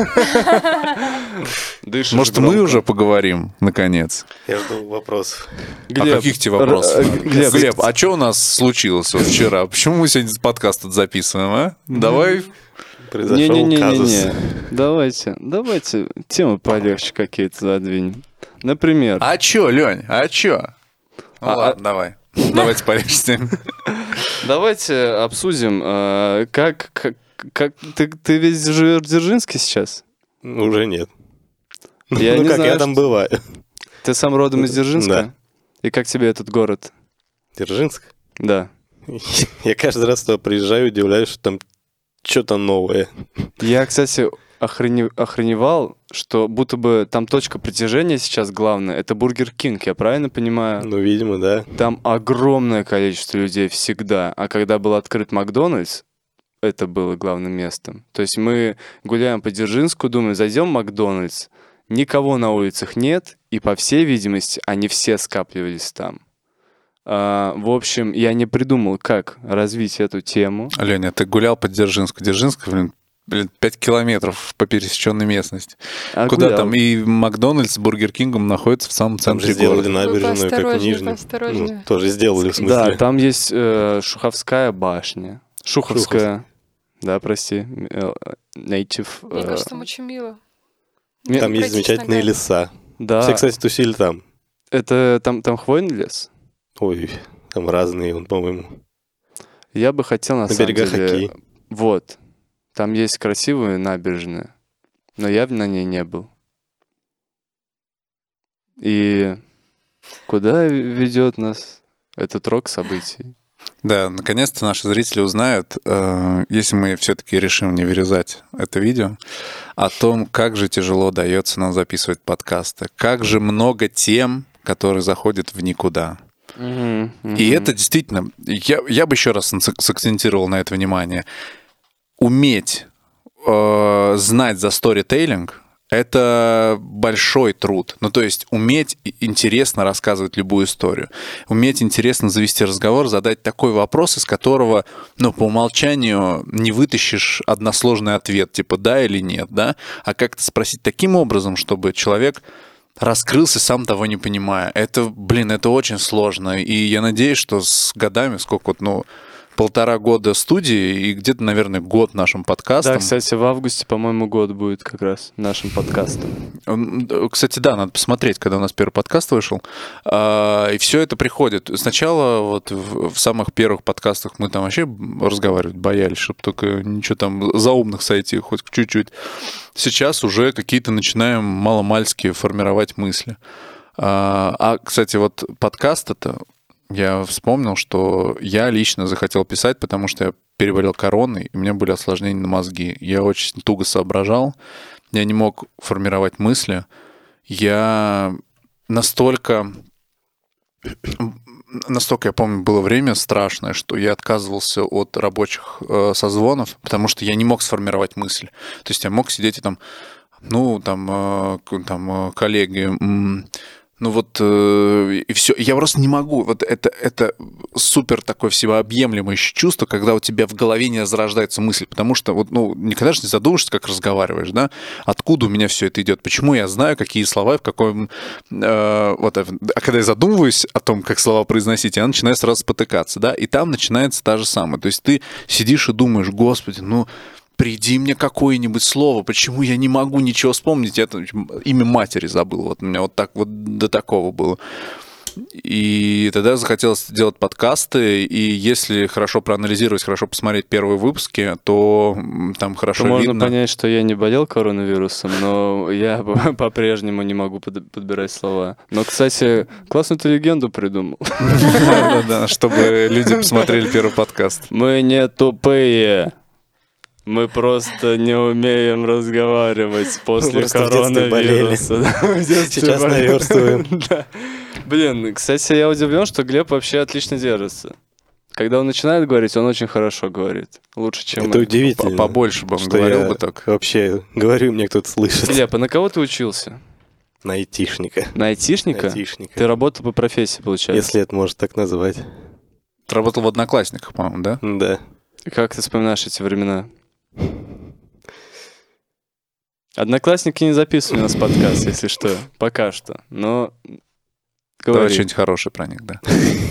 Может, мы уже поговорим, наконец? Я жду вопросов. А каких тебе вопросов? Глеб, а что у нас случилось вчера? Почему мы сегодня подкаст тут записываем, а? Давай. Произошел казус. Давайте темы полегче какие-то задвинем. Например. А чё, Лёнь, а чё? Ладно, давай. Давайте полегче. Давайте обсудим, как ты весь живешь в Дзержинске сейчас? Уже нет. Я не знаю, я там бываю. Ты сам родом из Дзержинска? Да. И как тебе этот город? Дзержинск? Да. Я каждый раз туда приезжаю, удивляюсь, что там что-то новое. Я, кстати, охреневал, что будто бы там точка притяжения сейчас главная. Это Бургер Кинг, я правильно понимаю? Ну, видимо, да. Там огромное количество людей всегда. А когда был открыт Макдональдс, это было главным местом. То есть мы гуляем по Дзержинску, думаем, зайдем в Макдональдс. Никого на улицах нет, и, по всей видимости, они все скапливались там. В общем, я не придумал, как развить эту тему. Леня, ты гулял по Дзержинску. Дзержинск, блин, 5 километров по пересеченной местности. А Куда гулял. там? И Макдональдс с Бургер Кингом находится в самом Там же центре сделали города. набережную, как в поосторожнее, Нижнем. поосторожнее. Ну, тоже сделали, в смысле. Да, там есть Шуховская башня. Шуховская. Да, прости. Native. Мне кажется, там очень мило. Мне- Там есть пройтись замечательные ногами. леса. Да, Все, кстати, тусили там. это там хвойный лес. Ой, там разные, он, по-моему. Я бы хотел, на На самом берегах деле... Оки. Вот. Там есть красивые набережные, но я на ней не был. И куда ведет нас этот рок событий? Да, наконец-то наши зрители узнают, если мы все-таки решим не вырезать это видео, о том, как же тяжело дается нам записывать подкасты, как же много тем, которые заходят в никуда. И это действительно, я бы еще раз сакцентировал на это внимание. Уметь знать за сторителлинг — это большой труд. Ну, то есть уметь интересно рассказывать любую историю, уметь интересно завести разговор, задать такой вопрос, из которого, ну, по умолчанию не вытащишь односложный ответ, типа «да» или «нет», да, а как-то спросить таким образом, чтобы человек раскрылся, сам того не понимая. Это, это очень сложно. И я надеюсь, что с годами, сколько вот, 1,5 года студии и где-то, наверное, год нашим подкастом. Да, кстати, в августе, по-моему, год будет как раз нашим подкастом. Кстати, да, надо посмотреть, когда у нас первый подкаст вышел. И все это приходит. Сначала вот в самых первых подкастах мы там вообще разговаривать боялись, чтобы только ничего там заумных сойти, хоть чуть-чуть. Сейчас уже какие-то начинаем маломальски формировать мысли. Кстати, вот подкаст это... Я вспомнил, что я лично захотел писать, потому что я переболел короной, и у меня были осложнения на мозги. Я очень туго соображал, я не мог формировать мысли. Я настолько, я помню, было время страшное, что я отказывался от рабочих созвонов, потому что я не мог сформировать мысль. То есть я мог сидеть и коллеги... и все. Я просто не могу. Вот это супер такое всеобъемлемое чувство, когда у тебя в голове не зарождается мысль, потому что никогда же не задумаешься, как разговариваешь, да? Откуда у меня все это идет? Почему я знаю, какие слова, в каком... А когда я задумываюсь о том, как слова произносить, я начинаю сразу спотыкаться, да? И там начинается та же самая. То есть ты сидишь и думаешь, господи, приди мне какое-нибудь слово, почему я не могу ничего вспомнить? Я имя матери забыл. Вот у меня вот так вот до такого было. И тогда захотелось делать подкасты, и если хорошо проанализировать, хорошо посмотреть первые выпуски, то там хорошо видно. Можно понять, что я не болел коронавирусом, но я по-прежнему не могу подбирать слова. Но, кстати, классную ты легенду придумал. Да, чтобы люди посмотрели первый подкаст. Мы не тупые. Мы просто не умеем разговаривать после коронавируса. Сейчас наверстываем. Блин, кстати, я удивлен, что Глеб вообще отлично держится. Когда он начинает говорить, он очень хорошо говорит. Лучше, чем... Это удивительно. Побольше бы он что говорил я бы так. Вообще говорю, мне кто-то слышит. Глеб, а на кого ты учился? На айтишника. На айтишника? Айтишника. Ты работал по профессии, получается? Если это можно так назвать. Ты работал в «Одноклассниках», по-моему, да? Да. Как ты вспоминаешь эти времена? Одноклассники не записывали у нас подкаст, если что, пока что, но Давай говори. что-нибудь хорошее про них, да.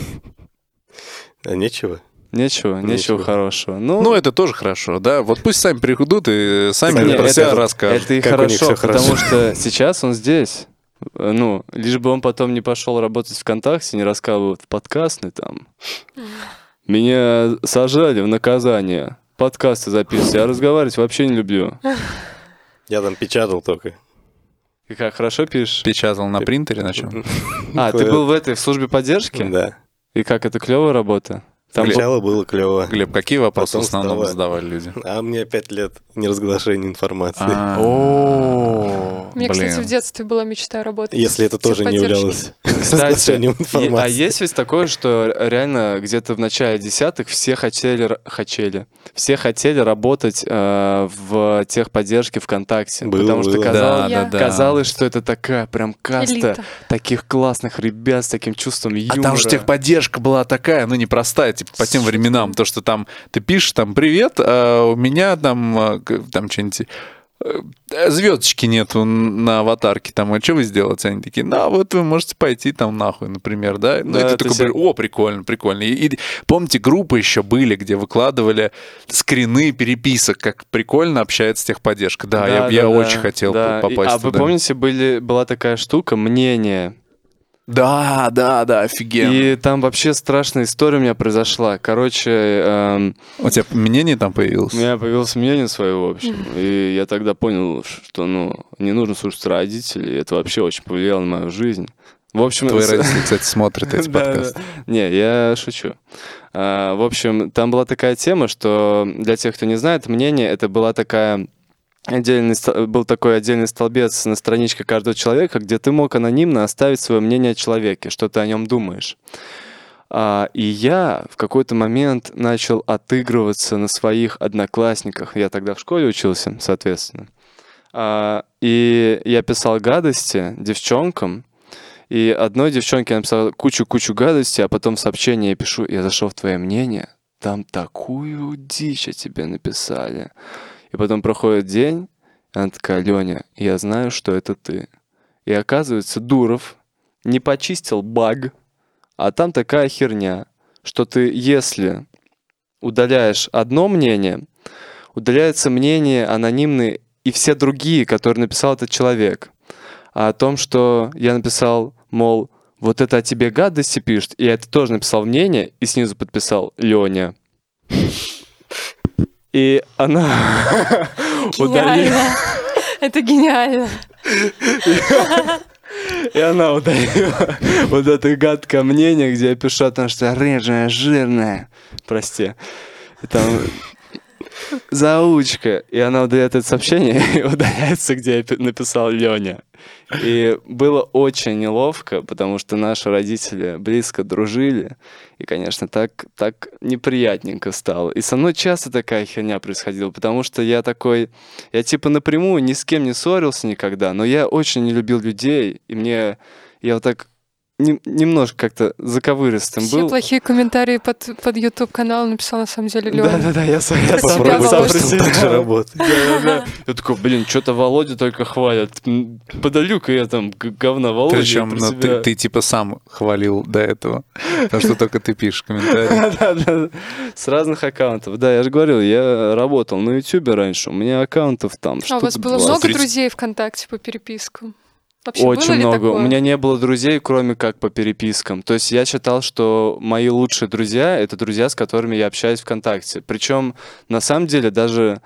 А нечего? Ничего хорошего. Это тоже хорошо, да. Вот пусть сами приходят и сами Не, про это- себя расскажут. это и как у них хорошо, всё потому хорошо. что сейчас он здесь. Лишь бы он потом не пошел работать ВКонтакте, не рассказывал в подкастный там. Меня сажали в наказание. Подкасты записывать. Я разговаривать вообще не люблю. Я там печатал только. И как, хорошо пишешь? Печатал на принтере, на чем? Ты был в службе поддержки? Да. И как, это клевая работа? Там Сначала было клево. Глеб, какие вопросы в Потом основном стало- задавали люди? А мне 5 лет неразглашения информации. О, У меня, кстати, в детстве была мечта работать. Если это тоже не являлось расглашением информации. А есть ведь такое, что реально где-то в начале десятых все хотели работать в техподдержке ВКонтакте. Потому что казалось, что это такая прям каста Элита. таких классных ребят с таким чувством юмора. А там же техподдержка была такая, ну, непростая, типа, по тем временам. То, что там ты пишешь, там, привет, а у меня там что-нибудь... звездочки нету на аватарке, там, а что вы сделаете? Они такие, вот вы можете пойти там нахуй, например, да? Ну, это такой, прикольно. И помните, группы еще были, где выкладывали скрины переписок, как прикольно общается техподдержка. Да, я очень хотел попасть туда. Вы помните, была такая штука, мнение. Да, офигенно. И там вообще страшная история у меня произошла. Короче... У тебя мнение там появилось? У меня появилось мнение свое, в общем. И я тогда понял, что, не нужно слушать родителей. Это вообще очень повлияло на мою жизнь. В общем... Твои родители, кстати, смотрят эти подкасты. Не, я шучу. В общем, там была такая тема, что для тех, кто не знает, мнение — это была такая... был такой отдельный столбец на страничке каждого человека, где ты мог анонимно оставить свое мнение о человеке, что ты о нем думаешь. И я в какой-то момент начал отыгрываться на своих одноклассниках. Я тогда в школе учился, соответственно. И я писал гадости девчонкам. И одной девчонке я написал кучу гадостей, а потом в сообщении я пишу: я зашел в твое мнение, там такую дичь о тебе написали. И потом проходит день, и она такая: Лёня, я знаю, что это ты. И оказывается, Дуров не почистил баг, а там такая херня, что ты, если удаляешь одно мнение, удаляется мнение анонимные и все другие, которые написал этот человек. А о том, что я написал, мол, вот это о тебе гадости пишет, и я это тоже написал мнение, и снизу подписал Лёня. И она удалила. Это гениально. И она удалила вот это гадкое мнение, где я пишу о том, что я рыжая, жирная. Прости. И там заучка. И она удаляет это сообщение и удаляется, где я написал Лёня. И было очень неловко, потому что наши родители близко дружили. И, конечно, так неприятненько стало. И со мной часто такая херня происходила, потому что я типа напрямую ни с кем не ссорился никогда, но я очень не любил людей, и я вот так немножко как-то заковыристым был. Все плохие комментарии под YouTube-канал написал на самом деле Лёня. Да, я сам Попробуй про себя. так же работать. Да. Я такой, что-то Володя только хвалят. Подалю-ка я там говна Володя. Причем ты типа сам хвалил до этого, потому что только ты пишешь комментарии. Да. С разных аккаунтов. Да, я же говорил, я работал на YouTube раньше, у меня аккаунтов там А у вас было много друзей ВКонтакте по перепискам? Вообще, очень много. Такое? У меня не было друзей, кроме как по перепискам. То есть я считал, что мои лучшие друзья — это друзья, с которыми я общаюсь ВКонтакте. Причем, на самом деле, даже,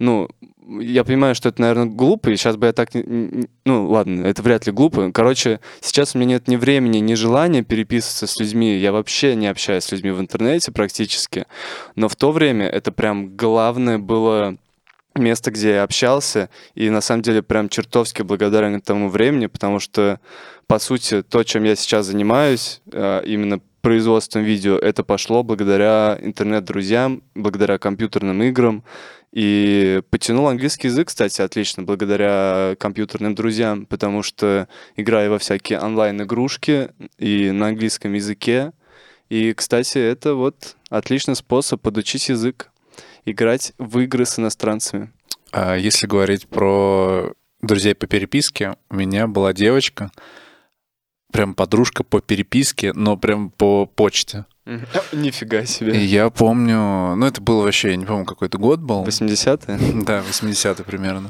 я понимаю, что это, наверное, глупо, и сейчас бы я так... ладно, это вряд ли глупо. Короче, сейчас у меня нет ни времени, ни желания переписываться с людьми. Я вообще не общаюсь с людьми в интернете практически. Но в то время это прям главное было... место, где я общался, и на самом деле прям чертовски благодарен тому времени, потому что, по сути, то, чем я сейчас занимаюсь, именно производством видео, это пошло благодаря интернет-друзьям, благодаря компьютерным играм, и потянул английский язык, кстати, отлично, благодаря компьютерным друзьям, потому что играю во всякие онлайн-игрушки и на английском языке, и, кстати, это вот отличный способ подучить язык. Играть в игры с иностранцами. А если говорить про друзей по переписке, у меня была девочка, прям подружка по переписке, но прям по почте. Нифига себе. И я помню, это было вообще, я не помню, какой это год был. 80-е? Да, 80-е примерно.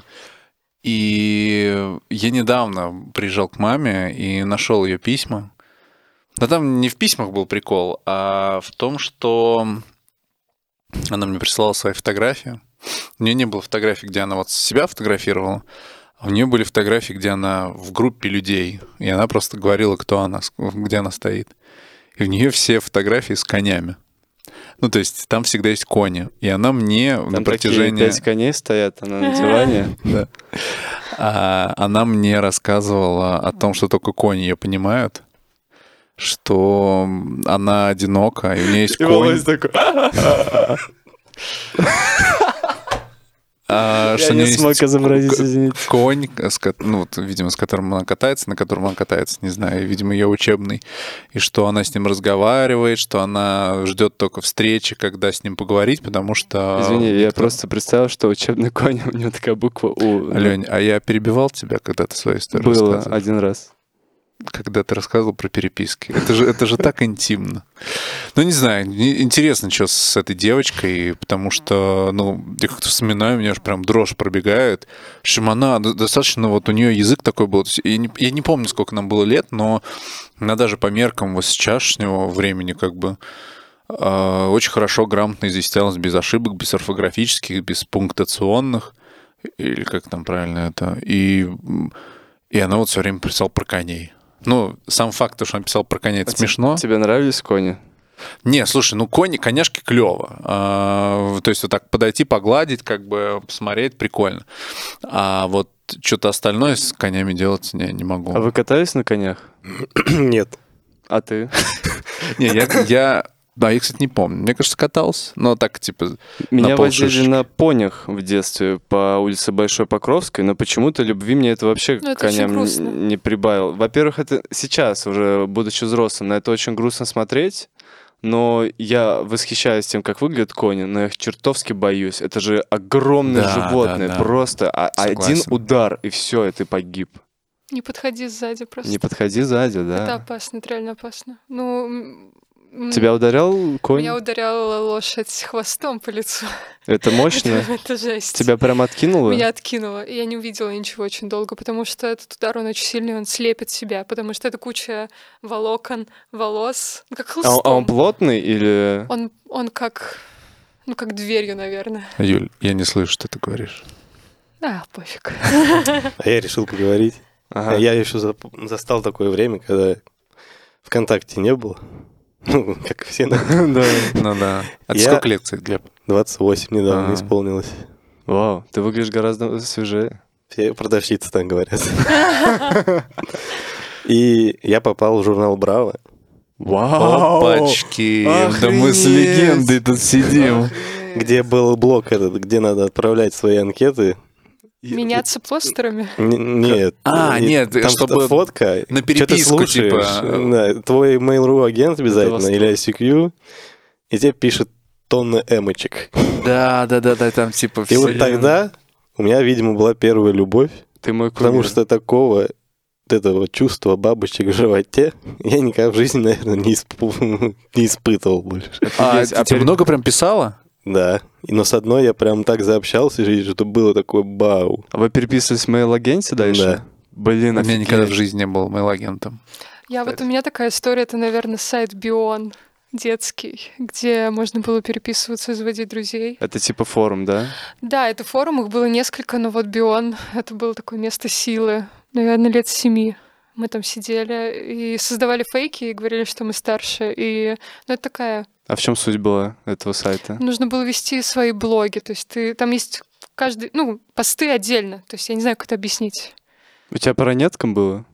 И я недавно приезжал к маме и нашел ее письма. Да там не в письмах был прикол, а в том, что... Она мне прислала свои фотографии. У нее не было фотографий, где она вот себя фотографировала, а у нее были фотографии, где она в группе людей. И она просто говорила, кто она, где она стоит. И у нее все фотографии с конями. То есть там всегда есть кони. И она мне там на протяжении... Там 5 коней стоят, она на диване. Да. Она мне рассказывала о том, что только кони ее понимают, что она одинока, и у нее есть конь. Я не смог изобразить, извините. Конь, видимо, с которым она катается, не знаю, видимо, ее учебный, и что она с ним разговаривает, что она ждет только встречи, когда с ним поговорить, потому что... Извини, я просто представил, что учебный конь, у него такая буква У. Лень, а я перебивал тебя, когда ты свою историю Было рассказывал? один раз. Когда ты рассказывал про переписки. Это же так интимно. Ну, не знаю, интересно, что с этой девочкой, потому что, я как-то вспоминаю, у меня аж прям дрожь пробегает. В общем, она достаточно, у нее язык такой был. Я не помню, сколько нам было лет, но она даже по меркам сейчасшнего времени очень хорошо, грамотно изъяснялась, без ошибок, без орфографических, без пунктуационных, или как там правильно это. И она все время писала про коней. Сам факт, что он писал про коней, это смешно. Тебе нравились кони? Не, слушай, коняшки клево. То есть вот так подойти, погладить, посмотреть, прикольно. А вот что-то остальное с конями делать не могу. А вы катались на конях? Нет. А ты? Не, я, кстати, не помню. Мне кажется, катался, но так, Меня на возили полшишки. на понях в детстве по улице Большой Покровской, но почему-то любви мне это вообще к это коням очень грустно. не прибавило. Во-первых, это сейчас, уже будучи взрослым, на это очень грустно смотреть, но я восхищаюсь тем, как выглядят кони, но я их чертовски боюсь. Это же огромное Да, животное, да, да. просто один Согласен. удар, и все, и ты погиб. Не подходи сзади просто. Не подходи сзади, Это да. опасно, это реально опасно. Тебя ударял конь? Меня ударяла лошадь хвостом по лицу. Это мощно? Это жесть. Тебя прям откинуло? Меня откинуло, и я не увидела ничего очень долго, потому что этот удар, он очень сильный, он слепит себя, потому что это куча волокон, волос, как хлыстом. А он плотный или... Он как дверью, наверное. Юль, я не слышу, что ты говоришь. Пофиг. А я решил поговорить. Ага. Я еще застал такое время, когда ВКонтакте не было. Как все, наверное. Да. Да. А ты Я- сколько лет, кстати, Глеб? 28 недавно А. исполнилось. Вау, ты выглядишь гораздо свежее. Все продавщицы так говорят. И я попал в журнал «Браво». Опачки! Да мы с Охренеть! легендой тут сидим. Где был блок этот, где надо отправлять свои анкеты. Меняться постерами. Нет. Нет, там чтобы фотка. на что ты переписку, слушаешь, типа. да, твой Mail.ru агент обязательно, восторг. или ICQ, и тебе пишет тонны эмочек. Да, там типа И все. вот тогда у меня, видимо, была первая любовь, Ты мой кумир. потому что такого вот этого чувства бабочек в животе я никогда в жизни, наверное, не испытывал больше. Тебе много прям писала? Да. Но с одной я прям так заобщался, и что было такое бау. А вы переписывались в мейл-агенте дальше? Да. Блин, У меня офигеть. никогда в жизни не был мейл-агентом. У меня такая история, это, наверное, сайт Бион детский, где можно было переписываться и заводить друзей. Это типа форум, да? Да, это форум, их было несколько, но вот Бион, это было такое место силы. Наверное, лет 7 мы там сидели и создавали фейки и говорили, что мы старше. Это такая... А в чем суть была этого сайта? Нужно было вести свои блоги, то есть там есть каждый... посты отдельно, то есть я не знаю, как это объяснить. У тебя по ранеткам было?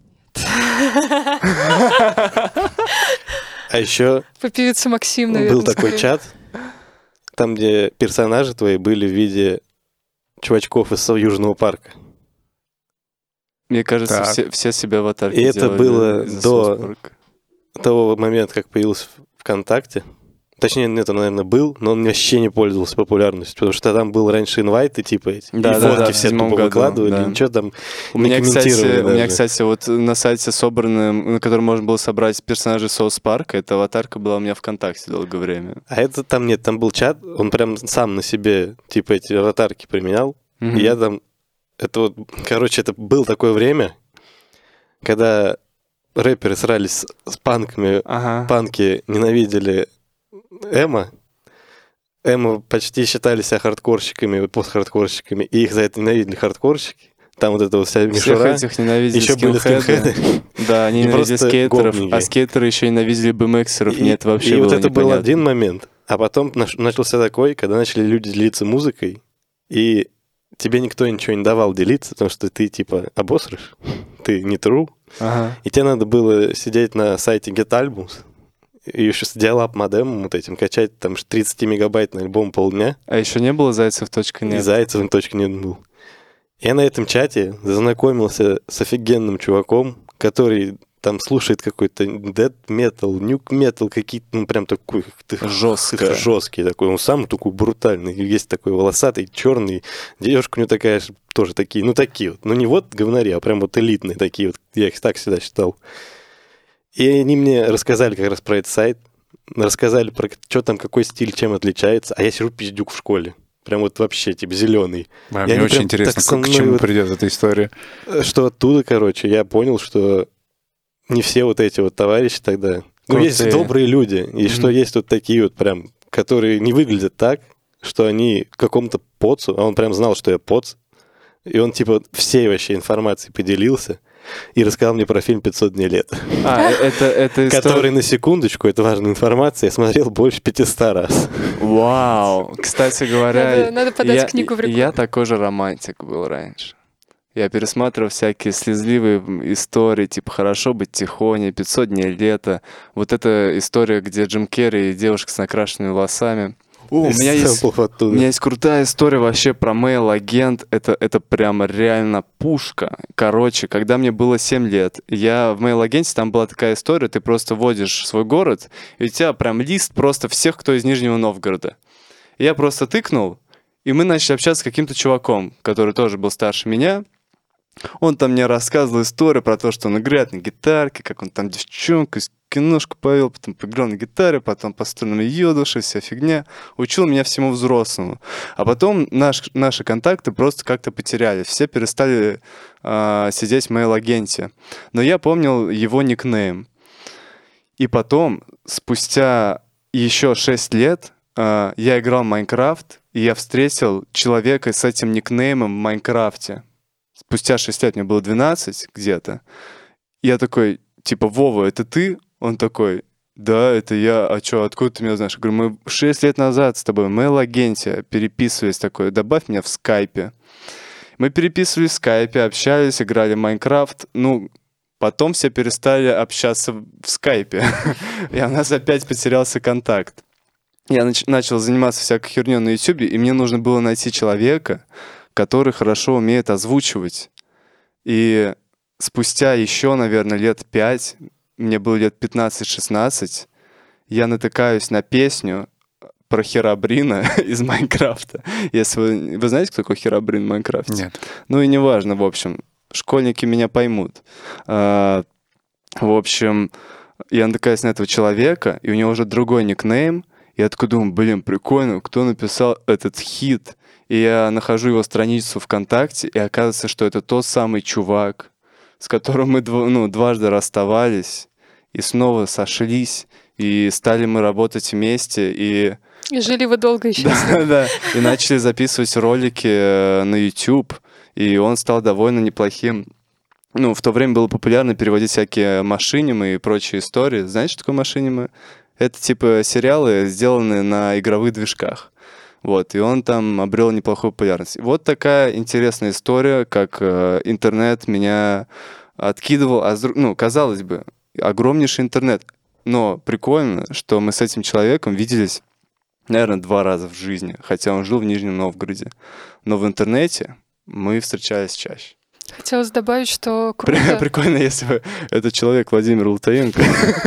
А еще По певице Максим, наверное. был такой скорее. чат, там, где персонажи твои были в виде чувачков из Южного парка. Мне кажется, Так. все себе аватарки И это делали было из-за до- Соус Парка. Того момента, как появился ВКонтакте. Точнее, это, наверное, был, но он вообще не пользовался популярностью, потому что там был раньше инвайты, типа эти, Да, и да, фотки да, в все 7-м тупо году, выкладывали, да. ничего там У не меня, комментировали даже. кстати, вот на сайте собранном, на котором можно было собрать персонажей Соус Парка, эта аватарка была у меня ВКонтакте долгое время. А это там нет, там был чат, он прям сам на себе, типа, эти аватарки применял. Мгм. И я там... это было такое время, когда рэперы срались с панками, Ага. панки ненавидели эмо почти считали себя хардкорщиками, постхардкорщиками, и их за это ненавидели хардкорщики. Там вот это вот вся Всех мишура. этих ненавидели Еще были скинхеды. скинхеды. Да, они И ненавидели просто скейтеров, гопники. а скейтеры еще ненавидели BMXеров. Мне это вообще и было вот это был непонятно. один момент. А потом начался такой, когда начали люди делиться музыкой, и тебе никто ничего не давал делиться, потому что ты, типа, обосрешь, ты не true. Ага. И тебе надо было сидеть на сайте GetAlbums и еще с диалап модемом вот этим качать там 30-мегабайтный альбом полдня. А еще не было зайцев И .нет? Зайцевым .нет был. Я на этом чате зазнакомился с офигенным чуваком, который там слушает какой-то death metal, nuke metal, какие-то, ну, прям такой... Жестко. Жесткий такой. Он сам такой брутальный. Есть такой волосатый, черный. Девушка у него такая же, тоже такие, ну, такие вот. Ну, не вот говнари, а прям вот элитные такие вот. Я их так всегда считал. И они мне рассказали как раз про этот сайт. Рассказали про что там, какой стиль, чем отличается. А я сижу пиздюк в школе. Прям вот вообще, типа, зеленый. Мне они очень прям интересно, так со к мной чему вот- придет эта история. Что оттуда, короче, я понял, что не все вот эти вот товарищи тогда... Ну, есть Крутые. добрые люди, и что есть вот такие вот прям, которые не выглядят так, что они какому-то поцу, а он прям знал, что я поц, и он типа всей вообще информацией поделился и рассказал мне про фильм «500 дней лета», Это история... который, на секундочку, это важная информация, я смотрел больше 500 раз. Вау! Кстати говоря, Надо подать книгу в рекламу. я такой же романтик был раньше. Я пересматривал всякие слезливые истории, типа «Хорошо быть тихоней», «500 дней лета». Вот эта история, где Джим Керри и девушка с накрашенными волосами. У меня есть... Сэмплов оттуда. У меня есть крутая история вообще про мейл-агент. Это прямо реально пушка. Короче, когда мне было 7 лет, я в мейл-агенте, там была такая история, ты просто вводишь свой город, и у тебя прям лист просто всех, кто из Нижнего Новгорода. И я просто тыкнул, и мы начали общаться с каким-то чуваком, который тоже был старше меня. Он там мне рассказывал историю про то, что он играет на гитарке, как он там девчонку из киношку повел, потом поиграл на гитаре, потом по струнам йодуши, вся фигня. Учил меня всему взрослому. А потом наши контакты просто как-то потерялись. Все перестали сидеть в мейл-агенте. Но я помнил его никнейм. И потом, спустя еще 6 лет, я играл в Майнкрафт, и я встретил человека с этим никнеймом в Майнкрафте. Спустя 6 лет, мне было 12 где-то. Я такой, типа, Вова, это ты? Он такой, да, это я. А что, откуда ты меня знаешь? Я говорю, мы 6 лет назад с тобой в мейл-агенте переписывались, такой, добавь меня в скайпе. Мы переписывались в скайпе, общались, играли в Майнкрафт. Ну, потом все перестали общаться в скайпе. И у нас опять потерялся контакт. Я начал заниматься всякой херней на ютубе, и мне нужно было найти человека, который хорошо умеет озвучивать. И спустя еще, наверное, лет 5, мне было лет 15-16, я натыкаюсь на песню про Херобрина из Майнкрафта. Если вы знаете, кто такой Херобрин в Майнкрафте? Нет. Ну и неважно, в общем, школьники меня поймут. В общем, я натыкаюсь на этого человека, и у него уже другой никнейм. Я такой думаю, блин, прикольно, кто написал этот хит? И я нахожу его страницу ВКонтакте, и оказывается, что это тот самый чувак, с которым мы дважды расставались, и снова сошлись, и стали мы работать вместе, и... И жили вы долго и счастливо. Да, и начали записывать ролики на YouTube, и он стал довольно неплохим. Ну, в то время было популярно переводить всякие машинимы и прочие истории. Знаете, что такое машинимы? Это типа сериалы, сделанные на игровых движках. Вот, и он там обрел неплохую популярность. Вот такая интересная история, как интернет меня откидывал. Ну, казалось бы, огромнейший интернет. Но прикольно, что мы с этим человеком виделись, наверное, 2 раза в жизни, хотя он жил в Нижнем Новгороде. Но в интернете мы встречались чаще. Хотелось добавить, что круто. Прикольно, если бы этот человек Владимир Лутаенко.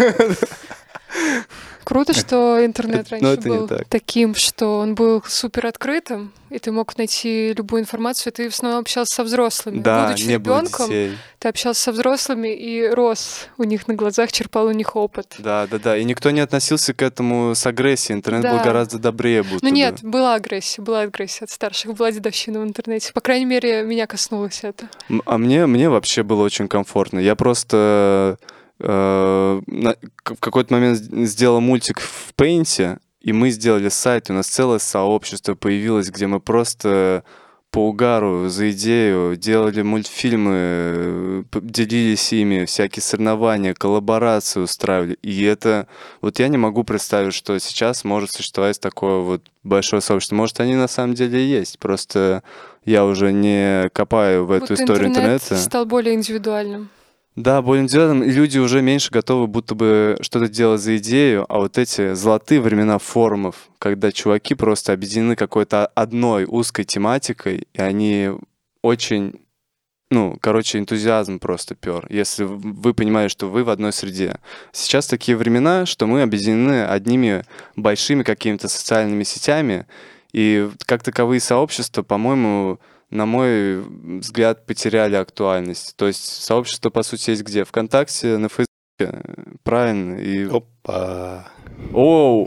Круто, что интернет Но раньше это не был так. таким, что он был супер открытым, и ты мог найти любую информацию, и ты в основном общался со взрослыми. Да, Будучи не было ребенком, детей. ты общался со взрослыми и рос у них на глазах, черпал у них опыт. Да. И никто не относился к этому с агрессией. Интернет был Да. гораздо добрее, будто Ну бы. нет, была агрессия от старших, была дедовщина в интернете. По крайней мере, меня коснулось это. А мне вообще было очень комфортно. Я просто в какой-то момент сделал мультик в Paint, и мы сделали сайт, у нас целое сообщество появилось, где мы просто по угару, за идею, делали мультфильмы, делились ими, всякие соревнования, коллаборации устраивали. И это... Вот я не могу представить, что сейчас может существовать такое вот большое сообщество. Может, они на самом деле и есть. Просто я уже не копаю в эту историю интернета. Стал более индивидуальным. Да, более индивидуальным. И люди уже меньше готовы будто бы что-то делать за идею, а вот эти золотые времена форумов, когда чуваки просто объединены какой-то одной узкой тематикой, и они очень, энтузиазм просто пёр, если вы понимаете, что вы в одной среде. Сейчас такие времена, что мы объединены одними большими какими-то социальными сетями, и как таковые сообщества, по-моему, на мой взгляд, потеряли актуальность. То есть сообщество, по сути, есть где? ВКонтакте, на Фейсбуке. Правильно? И... Опа. Оу!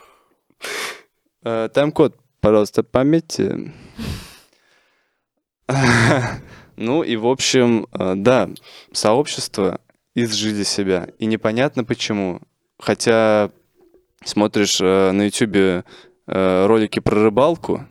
Тайм-код, пожалуйста, пометьте. Ну и, в общем, да, сообщества изжили себя. И непонятно почему. Хотя смотришь на Ютубе ролики про рыбалку,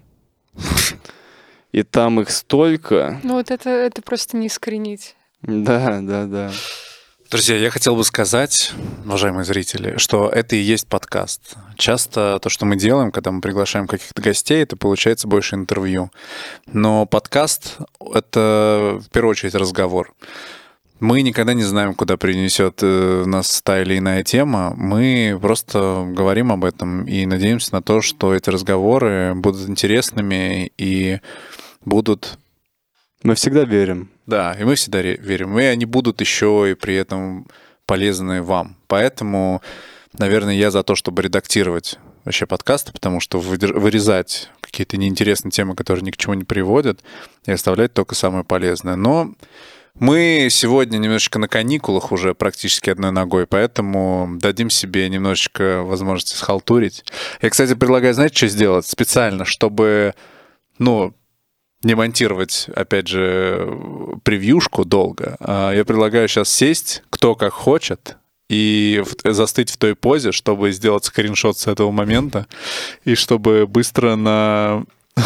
и там их столько. Ну вот это просто не искоренить. Да. Друзья, я хотел бы сказать, уважаемые зрители, что это и есть подкаст. Часто то, что мы делаем, когда мы приглашаем каких-то гостей, это получается больше интервью. Но подкаст — это в первую очередь разговор. Мы никогда не знаем, куда принесет нас та или иная тема. Мы просто говорим об этом и надеемся на то, что эти разговоры будут интересными и будут... Мы всегда верим. Да, и мы всегда верим. И они будут еще и при этом полезны вам. Поэтому, наверное, я за то, чтобы редактировать вообще подкасты, потому что вырезать какие-то неинтересные темы, которые ни к чему не приводят, и оставлять только самое полезное. Но мы сегодня немножечко на каникулах уже практически одной ногой, поэтому дадим себе немножечко возможности схалтурить. Я, кстати, предлагаю, знаете, что сделать? Специально, чтобы, не монтировать, опять же, превьюшку долго. Я предлагаю сейчас сесть, кто как хочет, и застыть в той позе, чтобы сделать скриншот с этого момента, и чтобы быстро на...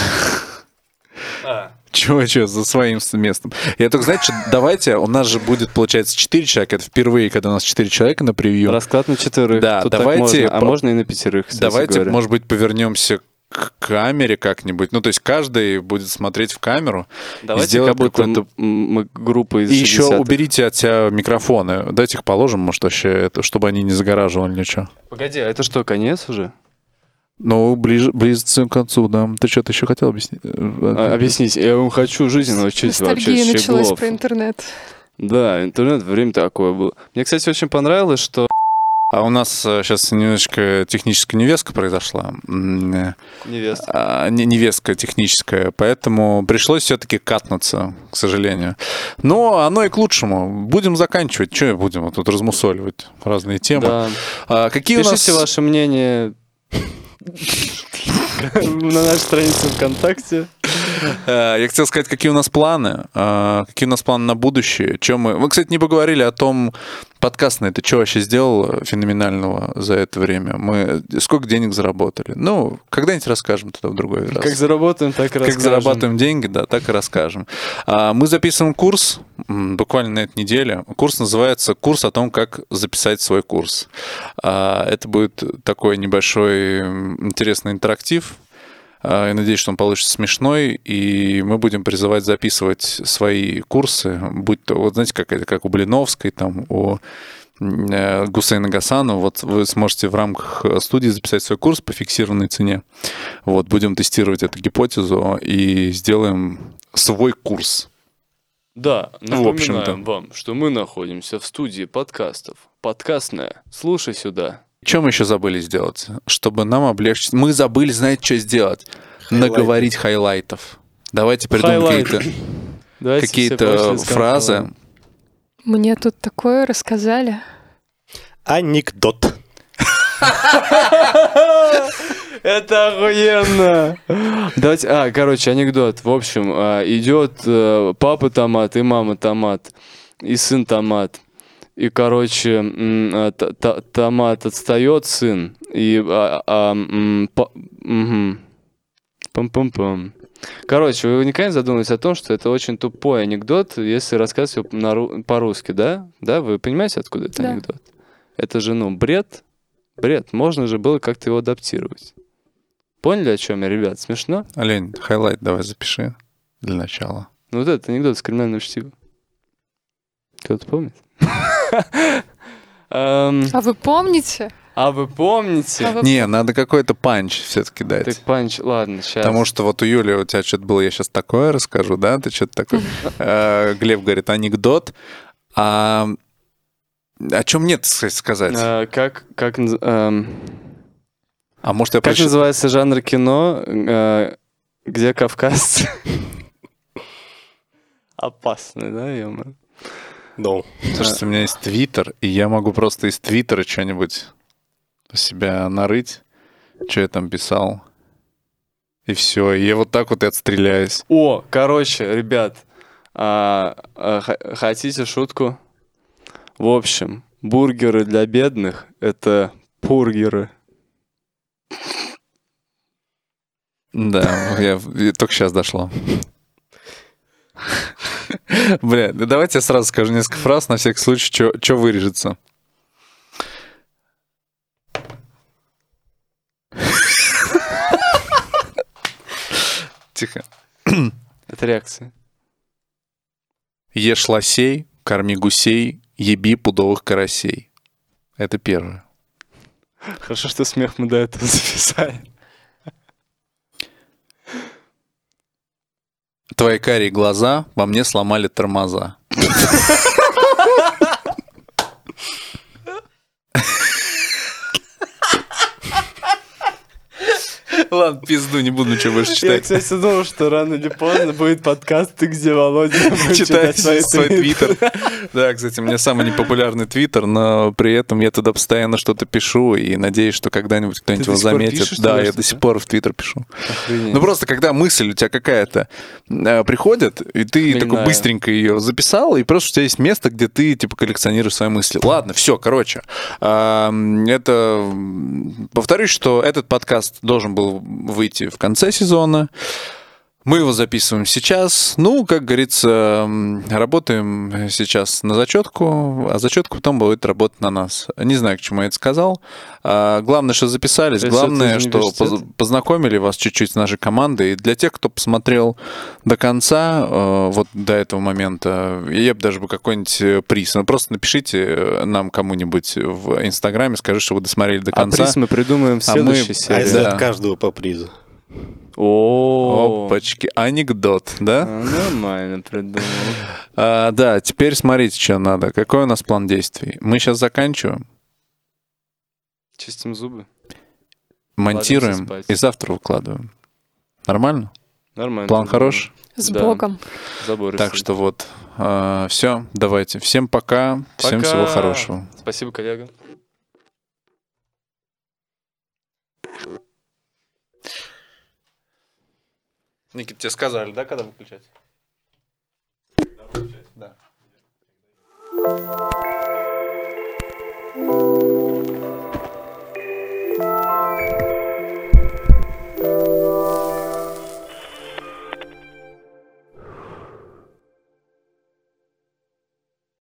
Чего, за своим местом. Я только, знаете, давайте, у нас же будет, получается, 4 человека. Это впервые, когда у нас 4 человека на превью. Расклад на 4. Да, тут давайте... можно. А можно и на 5, кстати Давайте, говоря. может быть, повернемся к камере как-нибудь. То есть каждый будет смотреть в камеру. Давайте как будто мы группа из 60-х. И еще уберите от себя микрофоны. Давайте их положим, может, вообще, чтобы они не загораживали ничего. Погоди, а это что, конец уже? Близится к концу, да. Ты что-то еще хотел объяснить? Объяснить. Я вам хочу жизнь научить вообще. Ностальгия началась про интернет. Да, интернет, время такое было. Мне, кстати, очень понравилось, что... А у нас сейчас немножечко техническая невестка произошла. Невестка. Невестка техническая, поэтому пришлось все-таки катнуться, к сожалению. Но оно и к лучшему. Будем заканчивать. Что будем тут размусоливать разные темы? Да. Какие Пишите у нас... ваше мнение на нашей странице ВКонтакте. Я хотел сказать, какие у нас планы. Какие у нас планы на будущее. Мы, кстати, не поговорили о том, подкаст на это что вообще сделал феноменального за это время. Мы сколько денег заработали. Когда-нибудь расскажем тогда в другой раз. Как заработаем, так и расскажем. Как зарабатываем деньги, да, так и расскажем. Мы записываем курс буквально на этой неделе. Курс называется «Курс о том, как записать свой курс». Это будет такой небольшой интересный интерактив. Я надеюсь, что он получится смешной, и мы будем призывать записывать свои курсы, будь то, вот знаете, как у Блиновской, там, у Гусейна Гасанова. Вот вы сможете в рамках студии записать свой курс по фиксированной цене. Вот, будем тестировать эту гипотезу и сделаем свой курс. Да, напоминаем общем-то. вам, что мы находимся в студии подкастов. Подкастная. Слушай сюда. Что мы еще забыли сделать? Чтобы нам облегчить... Мы забыли, знаете, что сделать? Наговорить хайлайтов. Давайте придумаем какие-то фразы. Мне тут такое рассказали. Анекдот. Это охуенно! Давайте, анекдот. В общем, идет папа томат и мама томат, и сын томат. И, томат отстает, сын, и... Пам-пам-пам. Короче, вы никогда не задумывались о том, что это очень тупой анекдот, если рассказывать его по-русски, да? Да, вы понимаете, откуда это Да. анекдот? Это же, бред. Бред. Можно же было как-то его адаптировать. Поняли, о чем я, ребят? Смешно? Олень, хайлайт давай запиши для начала. Ну вот этот анекдот с криминального чтива. Кто-то помнит? А вы помните? А вы помните? А вы- Не, надо какой-то панч все-таки дать. Так, панч, ладно, сейчас. Потому что вот у Юли у тебя что-то было, я сейчас такое расскажу, да? Ты что-то такое. Глеб говорит, анекдот. А о чем нет сказать? А может, я Как прочитаю? называется жанр кино, где кавказцы? Опасный, да, ё-моё? Да. Слушайте, у меня есть Твиттер, и я могу просто из Твиттера что-нибудь у себя нарыть, что я там писал. И все, и я вот так вот и отстреляюсь. О, короче, ребят, хотите шутку? В общем, бургеры для бедных — это пургеры. Да, я только сейчас дошло. Бля, да давайте я сразу скажу несколько фраз, на всякий случай, что вырежется. Тихо. Это реакция. Ешь лосей, корми гусей, еби пудовых карасей. Это первое. Хорошо, что смех мы до этого записали. Твои карие глаза во мне сломали тормоза. Ладно, пизду, не буду ничего больше Я, читать. кстати, думал, что рано или поздно будет подкаст, где Володя будет Читать читать свой твиттер. Да, кстати, у меня самый непопулярный твиттер, но при этом я туда постоянно что-то пишу и надеюсь, что когда-нибудь кто-нибудь Ты его до сих пор заметит. пишешь Да, туда я что-то? до сих пор в твиттер пишу. Охренеть. Ну просто когда мысль у тебя какая-то приходит, и ты такой Хмельная. быстренько ее записал, и просто у тебя есть место, где ты типа коллекционируешь свои мысли. Ладно, все, короче. Это повторюсь, что этот подкаст должен был выйти в конце сезона. Мы его записываем сейчас. Ну, как говорится, работаем сейчас на зачетку, а зачетка потом будет работать на нас. Не знаю, к чему я это сказал. Главное, что записались. То есть Главное, это из что университета? познакомили вас чуть-чуть с нашей командой. И для тех, кто посмотрел до конца, вот до этого момента, я бы даже какой-нибудь приз. Ну, просто напишите нам кому-нибудь в Инстаграме, скажите, что вы досмотрели до А конца. приз мы придумаем в А мы- следующей А серии. если Да. от каждого по призу? О, Опачки, анекдот, да? нормально придумал. Да, теперь смотрите, что надо. Какой у нас план действий? Мы сейчас заканчиваем, Чистим зубы. монтируем Ложимся спать. и завтра выкладываем. Нормально? Нормально. План хорош? С Да. Богом. Забор. Так что вот, все, давайте. Всем пока, всем Пока. всего хорошего. Спасибо, коллега. Никита, тебе сказали, да, когда выключать? Да.